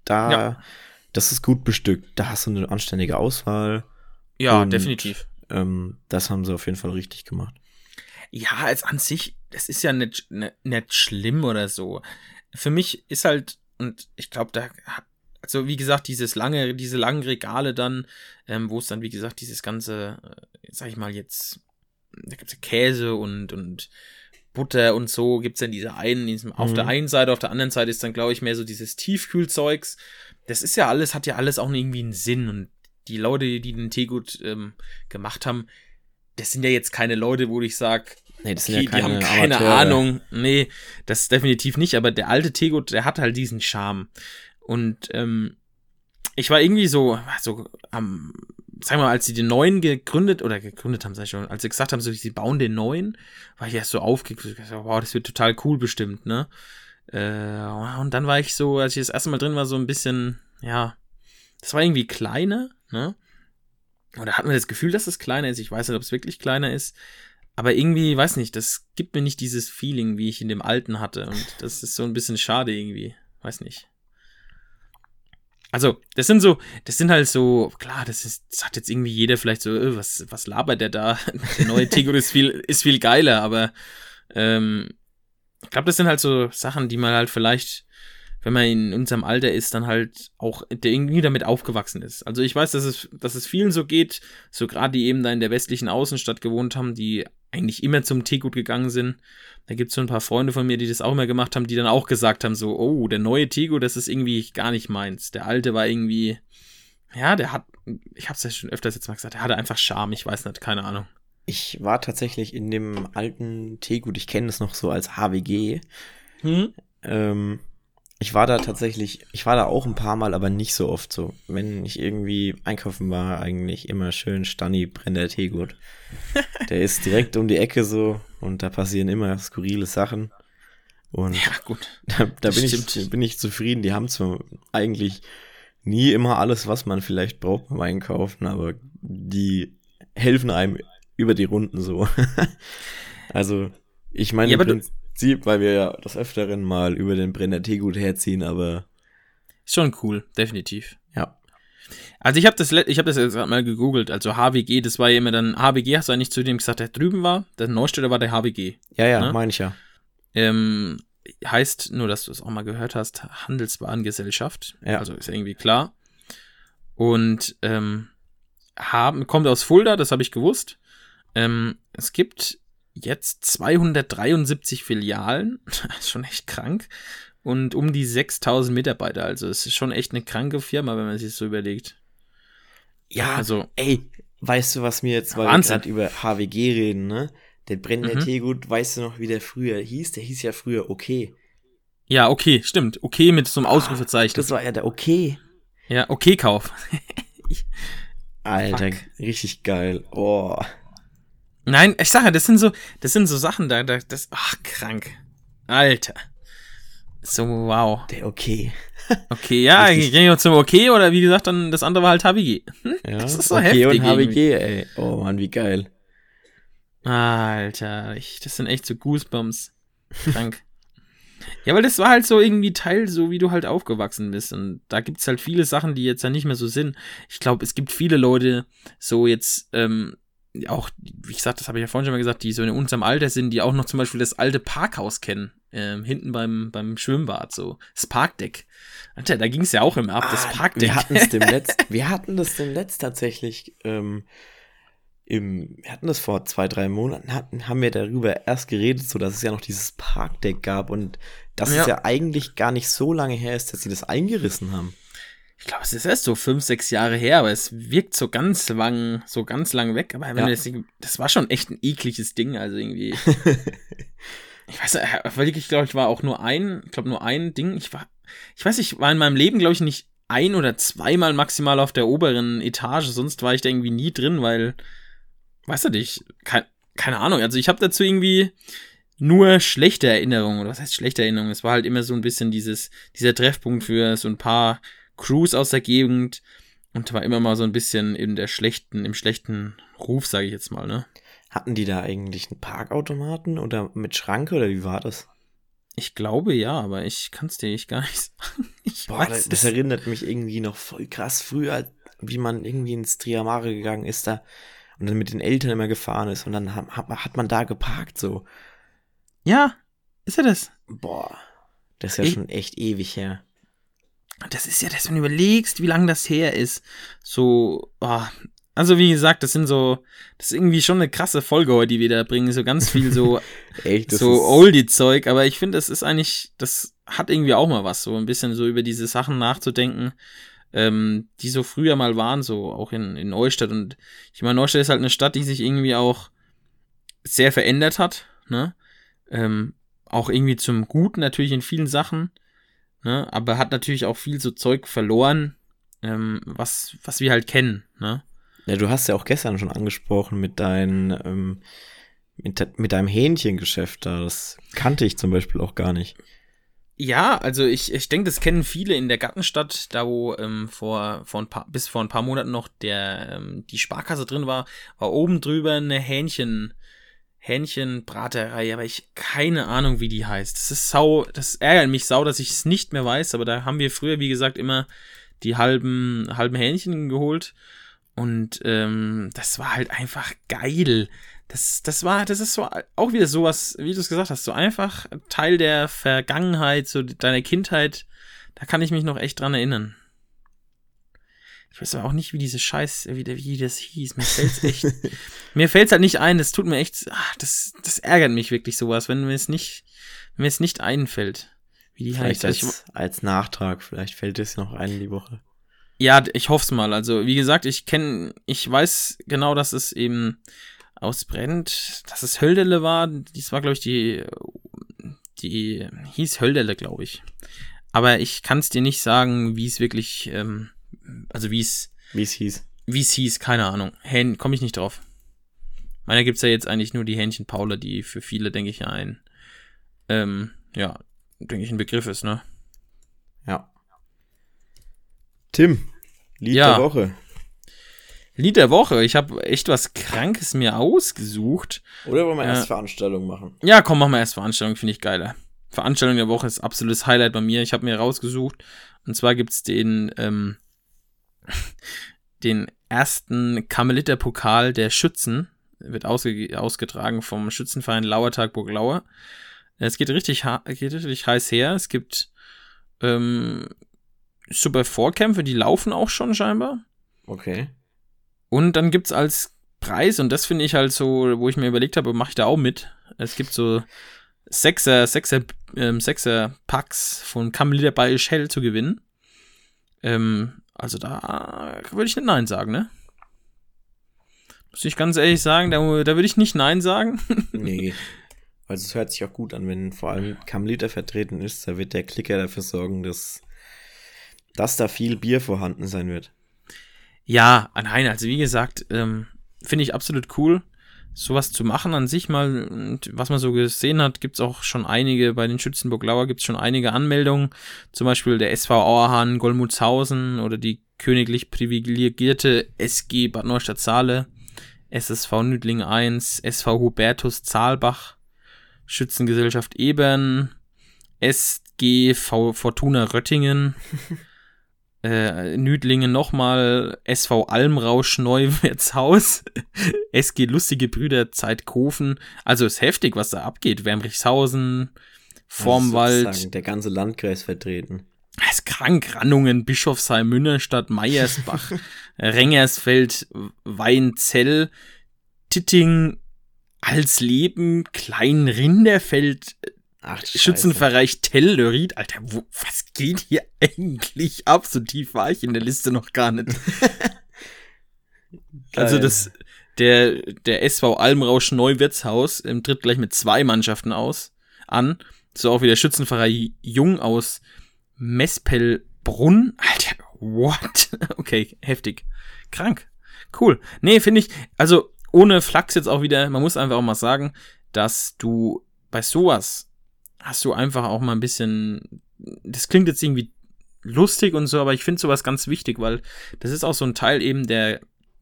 das ist gut bestückt. Da hast du eine anständige Auswahl. Ja, definitiv. Das haben sie auf jeden Fall richtig gemacht. Ja, als an sich, das ist ja nicht schlimm oder so. Für mich ist halt, und ich glaube, also wie gesagt, diese langen Regale dann, wo es dann, wie gesagt, dieses ganze, sag ich mal jetzt, da gibt's ja Käse und Butter und so, gibt's dann auf der einen Seite, auf der anderen Seite ist dann, glaube ich, mehr so dieses Tiefkühlzeugs. Das ist ja alles, hat ja alles auch irgendwie einen Sinn und die Leute, die den Teegut gemacht haben, das sind ja jetzt keine Leute, wo ich sag, nee, das sind ja keine die haben keine Amateure. Ahnung. Nee, das definitiv nicht, aber der alte Teegut, der hat halt diesen Charme. Und ich war irgendwie so sagen wir mal, als sie den neuen gegründet haben, sag ich schon, als sie gesagt haben, so, sie bauen den neuen, war ich erst so aufgeregt, wow, das wird total cool bestimmt, ne? Und dann war ich so, als ich das erste Mal drin war, so ein bisschen, ja, das war irgendwie kleiner, ne? Oder hat man das Gefühl, dass es kleiner ist? Ich weiß nicht, ob es wirklich kleiner ist. Aber irgendwie, weiß nicht, das gibt mir nicht dieses Feeling, wie ich in dem alten hatte. Und das ist so ein bisschen schade irgendwie. Weiß nicht. Also, das sind halt so, klar, das hat jetzt irgendwie jeder vielleicht so, was labert der da? Der neue Teegut ist viel geiler, aber ich glaube, das sind halt so Sachen, die man halt vielleicht, wenn man in unserem Alter ist, dann halt auch der irgendwie damit aufgewachsen ist. Also ich weiß, dass es vielen so geht, so gerade die eben da in der westlichen Außenstadt gewohnt haben, die eigentlich immer zum Teegut gegangen sind. Da gibt's so ein paar Freunde von mir, die das auch immer gemacht haben, die dann auch gesagt haben, so, oh, der neue Teegut, das ist irgendwie gar nicht meins. Der alte war irgendwie, ja, ich hab's ja schon öfters jetzt mal gesagt, der hatte einfach Charme, ich weiß nicht, keine Ahnung. Ich war tatsächlich in dem alten Teegut, ich kenne es noch so als HWG. Ich war da auch ein paar Mal, aber nicht so oft so. Wenn ich irgendwie einkaufen war, eigentlich immer schön Stanni brennt der Teegut. Der ist direkt um die Ecke so und da passieren immer skurrile Sachen. Und Ja, gut. da bin ich zufrieden. Die haben zwar eigentlich nie immer alles, was man vielleicht braucht beim Einkaufen, aber die helfen einem über die Runden so. Also, ich meine Ja, im aber Prinzip, weil wir ja des Öfteren mal über den Brenner Teegut herziehen, aber ist schon cool, definitiv. ja. Also ich habe das jetzt gerade mal gegoogelt, also HWG, das war ja immer dann, HWG hast du eigentlich zu dem gesagt, der drüben war, der Neustädter war der HWG. Ja, Ne? meine ich ja. Heißt, nur dass du es auch mal gehört hast, Handelswarengesellschaft, Ja. also ist irgendwie klar. Und kommt aus Fulda, das habe ich gewusst. Es gibt jetzt 273 Filialen, das ist schon echt krank, und um die 6000 Mitarbeiter, also es ist schon echt eine kranke Firma, wenn man sich das so überlegt. Ja, Also, ey, weißt du, was mir jetzt, weil Wahnsinn. wir gerade über HWG reden, ne? Der Brenner Mhm. Teegut, weißt du noch, wie der früher hieß? Der hieß ja früher Okay. Ja, okay, stimmt. Okay mit so einem Ausrufezeichen. Das war ja der Okay. Ja, okay, Kauf. Alter, richtig geil. Oh. Nein, ich sage, das sind so Sachen, krank. Alter. So, wow. Der Okay. Okay, ja, Richtig. gehen wir zum Okay, oder wie gesagt, dann das andere war halt HWG. Ja, Das ist so okay heftig und HWG, ey. Oh Mann, wie geil. Alter, das sind echt so Goosebumps. Krank. Ja, weil das war halt so irgendwie Teil, so wie du halt aufgewachsen bist. Und da gibt's halt viele Sachen, die jetzt ja nicht mehr so sind. Ich glaube, es gibt viele Leute, so jetzt, auch, wie gesagt, das habe ich ja vorhin schon mal gesagt, die so in unserem Alter sind, die auch noch zum Beispiel das alte Parkhaus kennen. Hinten beim Schwimmbad, so. Das Parkdeck. Alter, da ging's ja auch immer ab, das Parkdeck. Wir hatten das demnächst tatsächlich, wir hatten das vor 2-3 Monaten, haben wir darüber erst geredet, so dass es ja noch dieses Parkdeck gab und dass es ja eigentlich gar nicht so lange her ist, dass sie das eingerissen haben. Ich glaube, es ist erst so 5-6 Jahre her, aber es wirkt so ganz lang weg. Aber wenn das war schon echt ein ekliges Ding, also irgendwie. Ich weiß nicht, weil ich glaube, ich war auch nur ein Ding. Ich weiß, ich war in meinem Leben, glaube ich, nicht ein- oder zweimal maximal auf der oberen Etage, sonst war ich da irgendwie nie drin, weil, weißt du nicht, keine Ahnung. Also ich habe dazu irgendwie nur schlechte Erinnerungen, oder was heißt schlechte Erinnerungen? Es war halt immer so ein bisschen dieser Treffpunkt für so ein paar Crews aus der Gegend und war immer mal so ein bisschen im schlechten Ruf, sage ich jetzt mal, ne? Hatten die da eigentlich einen Parkautomaten oder mit Schranke oder wie war das? Ich glaube ja, aber ich kann es dir echt gar nicht sagen. Das erinnert mich irgendwie noch voll krass früher, wie man irgendwie ins Triamare gegangen ist da und dann mit den Eltern immer gefahren ist und dann hat man da geparkt so. Ja, ist ja das. Boah, das ist ja schon echt ewig her. Das ist ja das, wenn du überlegst, wie lange das her ist. So, also wie gesagt, das ist irgendwie schon eine krasse Folge heute, die wir da bringen. So ganz viel so, Echt, so Oldie-Zeug. Aber ich finde, das hat irgendwie auch mal was, so ein bisschen so über diese Sachen nachzudenken, die so früher mal waren, so auch in Neustadt. Und ich meine, Neustadt ist halt eine Stadt, die sich irgendwie auch sehr verändert hat, ne? Auch irgendwie zum Guten natürlich in vielen Sachen, ne? Aber hat natürlich auch viel so Zeug verloren, was wir halt kennen, ne? Ja, du hast ja auch gestern schon angesprochen mit deinem Hähnchengeschäft da. Das kannte ich zum Beispiel auch gar nicht. Ja, also ich denke, das kennen viele in der Gartenstadt, da wo bis vor ein paar Monaten noch die Sparkasse drin war oben drüber eine Hähnchenbraterei, aber ich keine Ahnung, wie die heißt. Das ärgert mich sau, dass ich es nicht mehr weiß, aber da haben wir früher, wie gesagt, immer die halben Hähnchen geholt und das war halt einfach geil. Das ist so auch wieder sowas, wie du es gesagt hast, so einfach Teil der Vergangenheit, so deiner Kindheit. Da kann ich mich noch echt dran erinnern. Ich weiß aber auch nicht, wie wie das hieß. Mir fällt's halt nicht ein. Das tut mir echt, das ärgert mich wirklich sowas, wenn mir es nicht einfällt, wie die Vielleicht heißt. als Nachtrag, vielleicht fällt es noch ein die Woche. Ja, ich hoff's mal. Also, wie gesagt, ich weiß genau, dass es eben ausbrennt, dass es Höldele war. Dies war, glaube ich, die hieß Höldele, glaube ich. Aber ich kann es dir nicht sagen, wie es wirklich, also wie es hieß, keine Ahnung. Komme ich nicht drauf. Meiner gibt's ja jetzt eigentlich nur die Hähnchen Paula, die für viele, denke ich, ein Begriff ist, ne? Ja. Tim, Lied der Woche. Lied der Woche. Ich habe echt was Krankes mir ausgesucht. Oder wollen wir erst Veranstaltung machen? Ja, komm, machen wir erst Veranstaltung, finde ich geiler. Veranstaltung der Woche ist absolutes Highlight bei mir. Ich habe mir rausgesucht. Und zwar gibt's den ersten Karmeliter-Pokal der Schützen. Wird ausgetragen vom Schützenverein Lauertag Burg-Lauer. Es geht richtig heiß her. Es gibt super Vorkämpfe, die laufen auch schon scheinbar. Okay. Und dann gibt's als Preis, und das finde ich halt so, wo ich mir überlegt habe, mache ich da auch mit. Es gibt so Sechser Packs von Karmeliter Bayerischer Hell zu gewinnen. Also da würde ich nicht Nein sagen, ne? Muss ich ganz ehrlich sagen, da würde ich nicht Nein sagen. Nee. Also es hört sich auch gut an, wenn vor allem Karmeliter vertreten ist, da wird der Klicker dafür sorgen, dass da viel Bier vorhanden sein wird. Ja, nein, also wie gesagt, finde ich absolut cool, sowas zu machen an sich mal. Und was man so gesehen hat, gibt's auch schon einige, bei den Schützen Burg-Lauer gibt's schon einige Anmeldungen. Zum Beispiel der SV Auerhahn Golmutshausen oder die königlich privilegierte SG Bad Neustadt-Saale, SSV Nüdling 1, SV Hubertus Zahlbach, Schützengesellschaft Ebern, SG Fortuna Röttingen, Nüdlingen nochmal, SV Almrausch Neuwirtshaus, SG Lustige Brüder Zeitkofen. Also ist heftig, was da abgeht. Wermrichshausen, Vormwald. Also der ganze Landkreis vertreten. Es ist krank. Rannungen, Bischofsheim, Münnerstadt, Meiersbach, Rengersfeld, Weinzell, Titting, Alsleben, Kleinrinderfeld, Schützenverein Tell-Lörried. Alter, was geht hier eigentlich ab? So tief war ich in der Liste noch gar nicht. Also der SV Almrausch Neuwirtshaus tritt gleich mit 2 Mannschaften an. So auch wie der Schützenverein Jung aus Mespelbrunn. Alter, what? Okay, heftig. Krank. Cool. Nee, finde ich, also ohne Flachs jetzt auch wieder, man muss einfach auch mal sagen, dass du bei sowas hast du einfach auch mal ein bisschen, das klingt jetzt irgendwie lustig und so, aber ich finde sowas ganz wichtig, weil das ist auch so ein Teil eben wie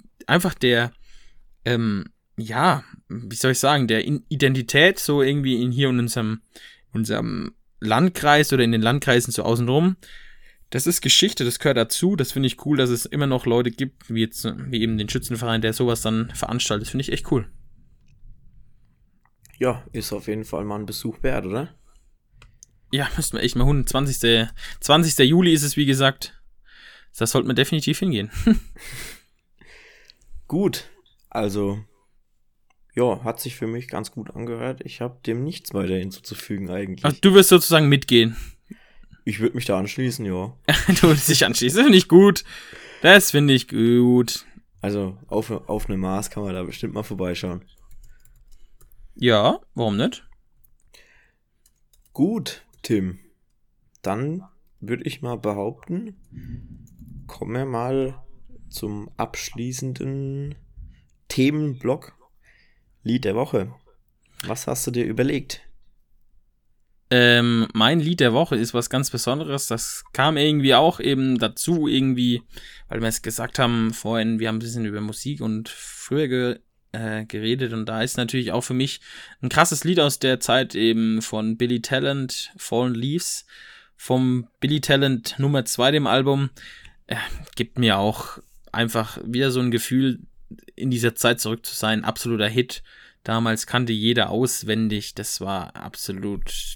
soll ich sagen, der Identität so irgendwie hier in unserem Landkreis oder in den Landkreisen so außenrum. Das ist Geschichte, das gehört dazu. Das finde ich cool, dass es immer noch Leute gibt, wie eben den Schützenverein, der sowas dann veranstaltet. Das finde ich echt cool. Ja, ist auf jeden Fall mal ein Besuch wert, oder? Ja, müssten wir echt mal 20. Juli ist es, wie gesagt. Das sollte man definitiv hingehen. Gut, also, ja, hat sich für mich ganz gut angehört. Ich habe dem nichts weiter hinzuzufügen eigentlich. Ach, du wirst sozusagen mitgehen. Ich würde mich da anschließen, ja. Du würdest dich anschließen, das finde ich gut. Das finde ich gut. Also, auf eine Maß kann man da bestimmt mal vorbeischauen. Ja, warum nicht? Gut, Tim. Dann würde ich mal behaupten, kommen wir mal zum abschließenden Themenblock. Lied der Woche. Was hast du dir überlegt? Mein Lied der Woche ist was ganz Besonderes. Das kam irgendwie auch eben dazu, weil wir es gesagt haben vorhin, wir haben ein bisschen über Musik und früher geredet, und da ist natürlich auch für mich ein krasses Lied aus der Zeit eben von Billy Talent, Fallen Leaves, vom Billy Talent Nummer 2, dem Album. Gibt mir auch einfach wieder so ein Gefühl, in dieser Zeit zurück zu sein. Absoluter Hit. Damals kannte jeder auswendig. Das war absolut,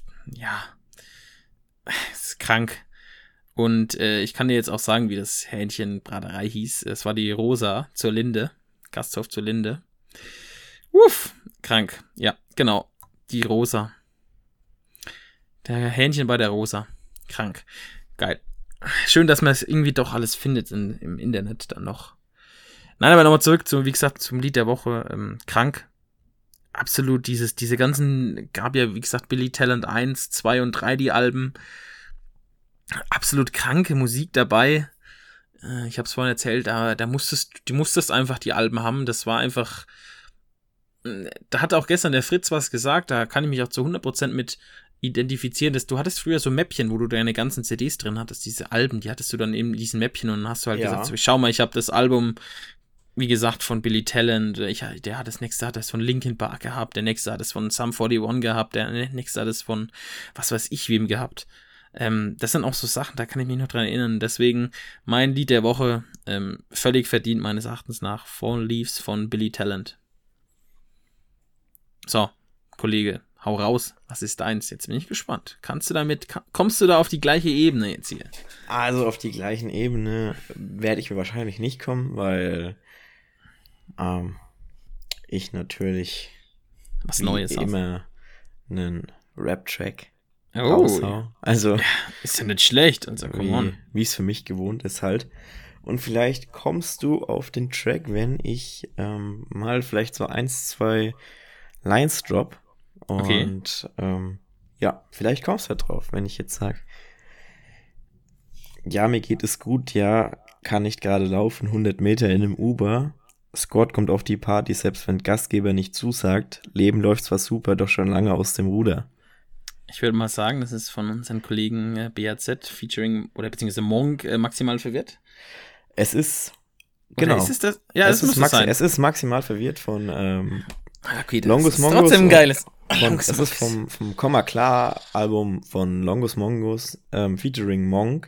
ist krank. Und ich kann dir jetzt auch sagen, wie das Hähnchenbraterei hieß. Es war die Rosa zur Linde. Gasthof zur Linde. Uff, krank. Ja, genau. Die Rosa. Der Hähnchen bei der Rosa. Krank. Geil. Schön, dass man es irgendwie doch alles findet im Internet dann noch. Nein, aber nochmal zurück wie gesagt, zum Lied der Woche. Krank. Absolut, diese ganzen, gab ja, wie gesagt, Billy Talent 1, 2 und 3, die Alben. absolut kranke Musik dabei. Ich habe es vorhin erzählt, du musstest einfach die Alben haben. Das war einfach, da hat auch gestern der Fritz was gesagt, da kann ich mich auch zu 100% mit identifizieren, dass du hattest früher so Mäppchen, wo du deine ganzen CDs drin hattest, diese Alben, die hattest du dann eben in diesen Mäppchen und dann hast du halt gesagt, so, schau mal, ich habe das Album, wie gesagt, von Billy Talent, der hat das nächste, hat das von Linkin Park gehabt, der nächste hat es von Sum 41 gehabt, der nächste hat es von was weiß ich wem gehabt. Das sind auch so Sachen, da kann ich mich noch dran erinnern. Deswegen mein Lied der Woche, völlig verdient meines Erachtens nach, Fall Leaves von Billy Talent. So, Kollege, hau raus. Was ist deins? Jetzt bin ich gespannt. Kommst du da auf die gleiche Ebene jetzt hier? Also auf die gleichen Ebene werde ich wahrscheinlich nicht kommen, weil ich natürlich was Neues immer einen Rap-Track raushau. Also ist ja nicht schlecht. Also wie es für mich gewohnt ist halt. Und vielleicht kommst du auf den Track, wenn ich mal vielleicht so 1, 2 Lines drop. Und ja, vielleicht kommst du da drauf, wenn ich jetzt sage, ja, mir geht es gut, ja, kann nicht gerade laufen, 100 Meter in einem Uber. Scott kommt auf die Party, selbst wenn Gastgeber nicht zusagt. Leben läuft zwar super, doch schon lange aus dem Ruder. Ich würde mal sagen, das ist von unseren Kollegen BAZ featuring, oder beziehungsweise Monk, maximal verwirrt. Es ist, genau. Ist es das? Ja, es muss sein. Es ist maximal verwirrt von okay, Longus Mongus. Trotzdem ein geiles. Es ist vom Komma Klar Album von Longus Mongus featuring Monk.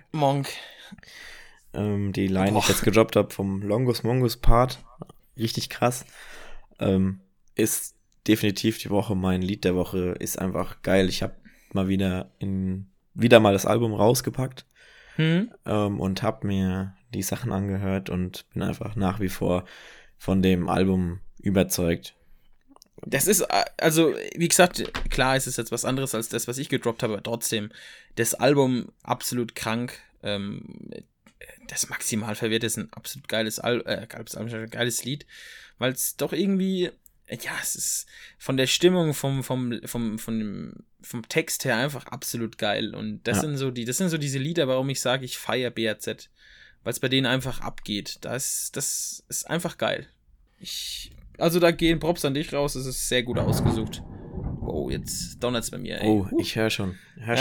Die Line, die ich jetzt gedroppt habe vom Longus Mongus Part, richtig krass, ist definitiv die Woche mein Lied der Woche, ist einfach geil. Ich habe mal wieder mal das Album rausgepackt und habe mir die Sachen angehört und bin einfach nach wie vor von dem Album überzeugt. Das ist, also, wie gesagt, klar ist es jetzt was anderes als das, was ich gedroppt habe, aber trotzdem, das Album absolut krank. Das Maximal verwirrt ist ein absolut geiles Lied, weil es doch irgendwie, ja, es ist von der Stimmung, vom Text her einfach absolut geil. Und das sind so diese Lieder, warum ich sage, ich feiere BAZ, weil es bei denen einfach abgeht. Das ist einfach geil. Also da gehen Props an dich raus, es ist sehr gut ausgesucht. Wow, jetzt donnert's bei mir, ey. Oh, ich höre schon,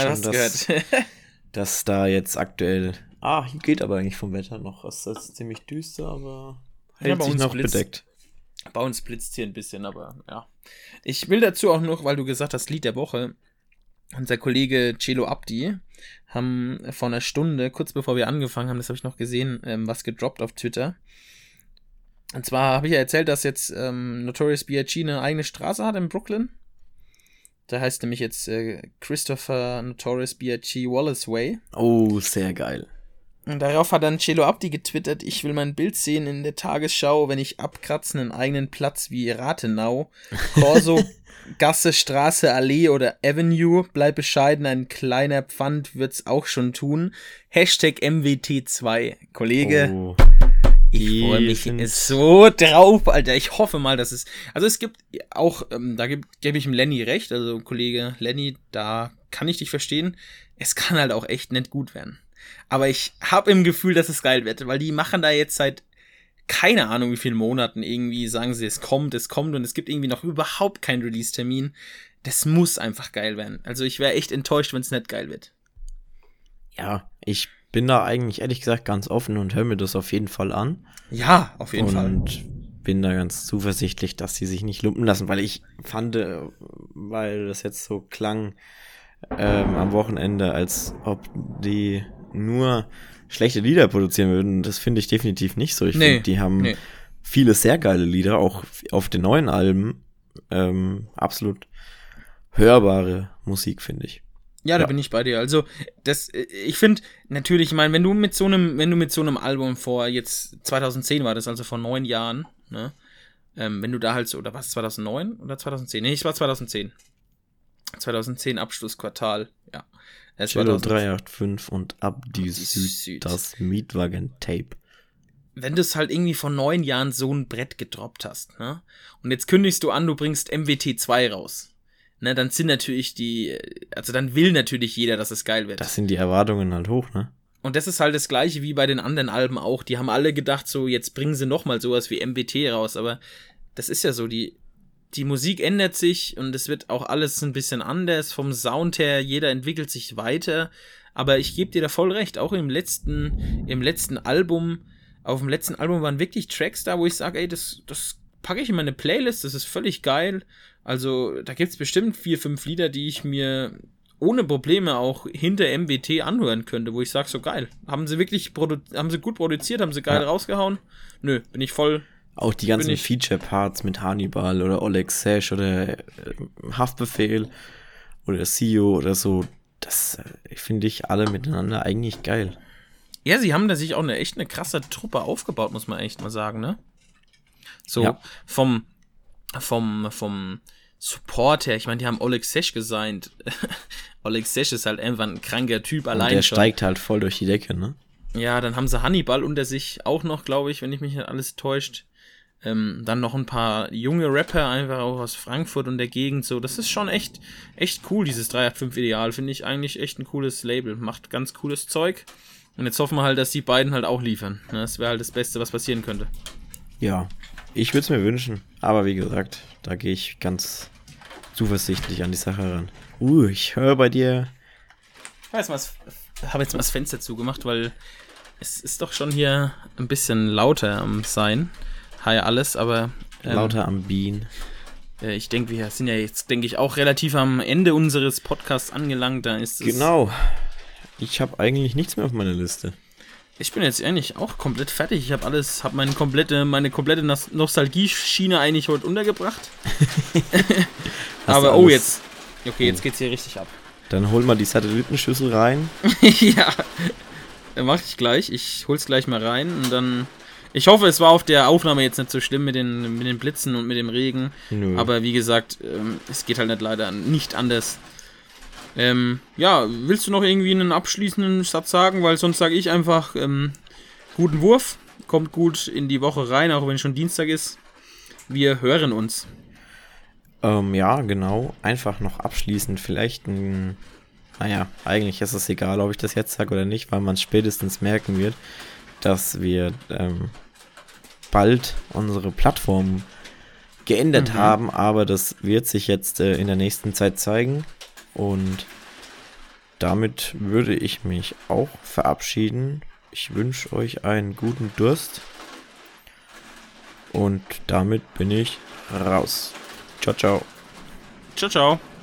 dass da jetzt aktuell, hier geht aber eigentlich vom Wetter noch, es ist ziemlich düster, aber hält sich noch bedeckt. Bei uns blitzt hier ein bisschen, aber ja. Ich will dazu auch noch, weil du gesagt hast, Lied der Woche, unser Kollege Celo Abdi haben vor einer Stunde, kurz bevor wir angefangen haben, das habe ich noch gesehen, was gedroppt auf Twitter. Und zwar habe ich ja erzählt, dass jetzt Notorious B.I.G. eine eigene Straße hat in Brooklyn. Da heißt nämlich jetzt Christopher Notorious B.I.G. Wallace Way. Oh, sehr geil. Und darauf hat dann Celo Abdi getwittert, ich will mein Bild sehen in der Tagesschau, wenn ich abkratzen einen eigenen Platz wie Rathenau, Corso, Gasse, Straße, Allee oder Avenue, bleib bescheiden, ein kleiner Pfand wird's auch schon tun. Hashtag MWT2. Kollege. Oh. Ich freue mich so drauf, Alter. Ich hoffe mal, dass es gibt auch, da gebe ich dem Lenny recht, also Kollege Lenny, da kann ich dich verstehen. Es kann halt auch echt nicht gut werden. Aber ich habe im Gefühl, dass es geil wird, weil die machen da jetzt seit keine Ahnung wie vielen Monaten irgendwie, sagen sie, es kommt und es gibt irgendwie noch überhaupt keinen Release-Termin. Das muss einfach geil werden. Also ich wäre echt enttäuscht, wenn es nicht geil wird. Ja, ich bin da eigentlich ehrlich gesagt ganz offen und höre mir das auf jeden Fall an. Ja, auf jeden Fall. Und bin da ganz zuversichtlich, dass die sich nicht lumpen lassen, weil ich fand, weil das jetzt so klang am Wochenende, als ob die nur schlechte Lieder produzieren würden. Das finde ich definitiv nicht so. Ich finde, die haben viele sehr geile Lieder, auch auf den neuen Alben. Absolut hörbare Musik, finde ich. Ja, da bin ich bei dir. Also, ich finde, natürlich, ich meine, wenn du mit so einem Album vor, jetzt 2010 war das, also vor 9 Jahren, ne, wenn du da halt so, oder was, 2009 oder 2010? Nee, es war 2010. 2010 Abschlussquartal, ja. Cello 385 und Abdi Süd, das Mietwagen-Tape. Wenn du es halt irgendwie vor 9 Jahren so ein Brett gedroppt hast, ne, und jetzt kündigst du an, du bringst MWT2 raus. ne, dann sind natürlich dann will natürlich jeder, dass es geil wird. Das sind die Erwartungen halt hoch, ne? Und das ist halt das Gleiche wie bei den anderen Alben auch. Die haben alle gedacht, so, jetzt bringen sie nochmal sowas wie MBT raus. Aber das ist ja so, die Musik ändert sich und es wird auch alles ein bisschen anders. Vom Sound her, jeder entwickelt sich weiter. Aber ich gebe dir da voll recht. Auch im letzten Album, auf dem letzten Album waren wirklich Tracks da, wo ich sage, ey, das packe ich in meine Playlist, das ist völlig geil. Also, da gibt's bestimmt 4, 5 Lieder, die ich mir ohne Probleme auch hinter MBT anhören könnte, wo ich sage, so geil. Haben sie gut produziert, haben sie geil rausgehauen? Nö, bin ich voll. Auch die ganzen Feature-Parts mit Hannibal oder Oleg Sesh oder Haftbefehl oder CEO oder so, das finde ich alle miteinander eigentlich geil. Ja, sie haben da sich auch eine krasse Truppe aufgebaut, muss man echt mal sagen, ne? So, vom Support her, ich meine, die haben Oleg Sesh gesigned. Oleg Sesh ist halt einfach ein kranker Typ allein. Und der steigt halt voll durch die Decke, ne? Ja, dann haben sie Hannibal unter sich auch noch, glaube ich, wenn ich mich nicht alles täuscht. Dann noch ein paar junge Rapper, einfach auch aus Frankfurt und der Gegend. So, das ist schon echt cool, dieses 385 Ideal. Finde ich eigentlich echt ein cooles Label. Macht ganz cooles Zeug. Und jetzt hoffen wir halt, dass die beiden halt auch liefern. Das wäre halt das Beste, was passieren könnte. Ja, ich würde es mir wünschen. Aber wie gesagt, da gehe ich ganz zuversichtlich an die Sache ran. Ich höre bei dir. Ich habe jetzt mal das Fenster zugemacht, weil es ist doch schon hier ein bisschen lauter am Sein. Hi alles, aber lauter am Bean. Ich denke, wir sind ja jetzt, denke ich, auch relativ am Ende unseres Podcasts angelangt. Da ist es. Genau. Ich habe eigentlich nichts mehr auf meiner Liste. Ich bin jetzt eigentlich auch komplett fertig. Ich habe meine komplette Nostalgie-Schiene eigentlich heute untergebracht. Aber jetzt geht's hier richtig ab. Dann hol mal die Satellitenschüssel rein. Ja, mach ich gleich. Ich hol's gleich mal rein und dann. Ich hoffe, es war auf der Aufnahme jetzt nicht so schlimm mit den Blitzen und mit dem Regen. Nö. Aber wie gesagt, es geht halt leider nicht anders. Willst du noch irgendwie einen abschließenden Satz sagen? Weil sonst sage ich einfach, guten Wurf, kommt gut in die Woche rein, auch wenn schon Dienstag ist. Wir hören uns. Ja, genau. Einfach noch abschließend vielleicht eigentlich ist es egal, ob ich das jetzt sage oder nicht, weil man es spätestens merken wird, dass wir bald unsere Plattform geändert haben, aber das wird sich jetzt in der nächsten Zeit zeigen und damit würde ich mich auch verabschieden. Ich wünsche euch einen guten Durst und damit bin ich raus. Ciao, ciao. Ciao, ciao.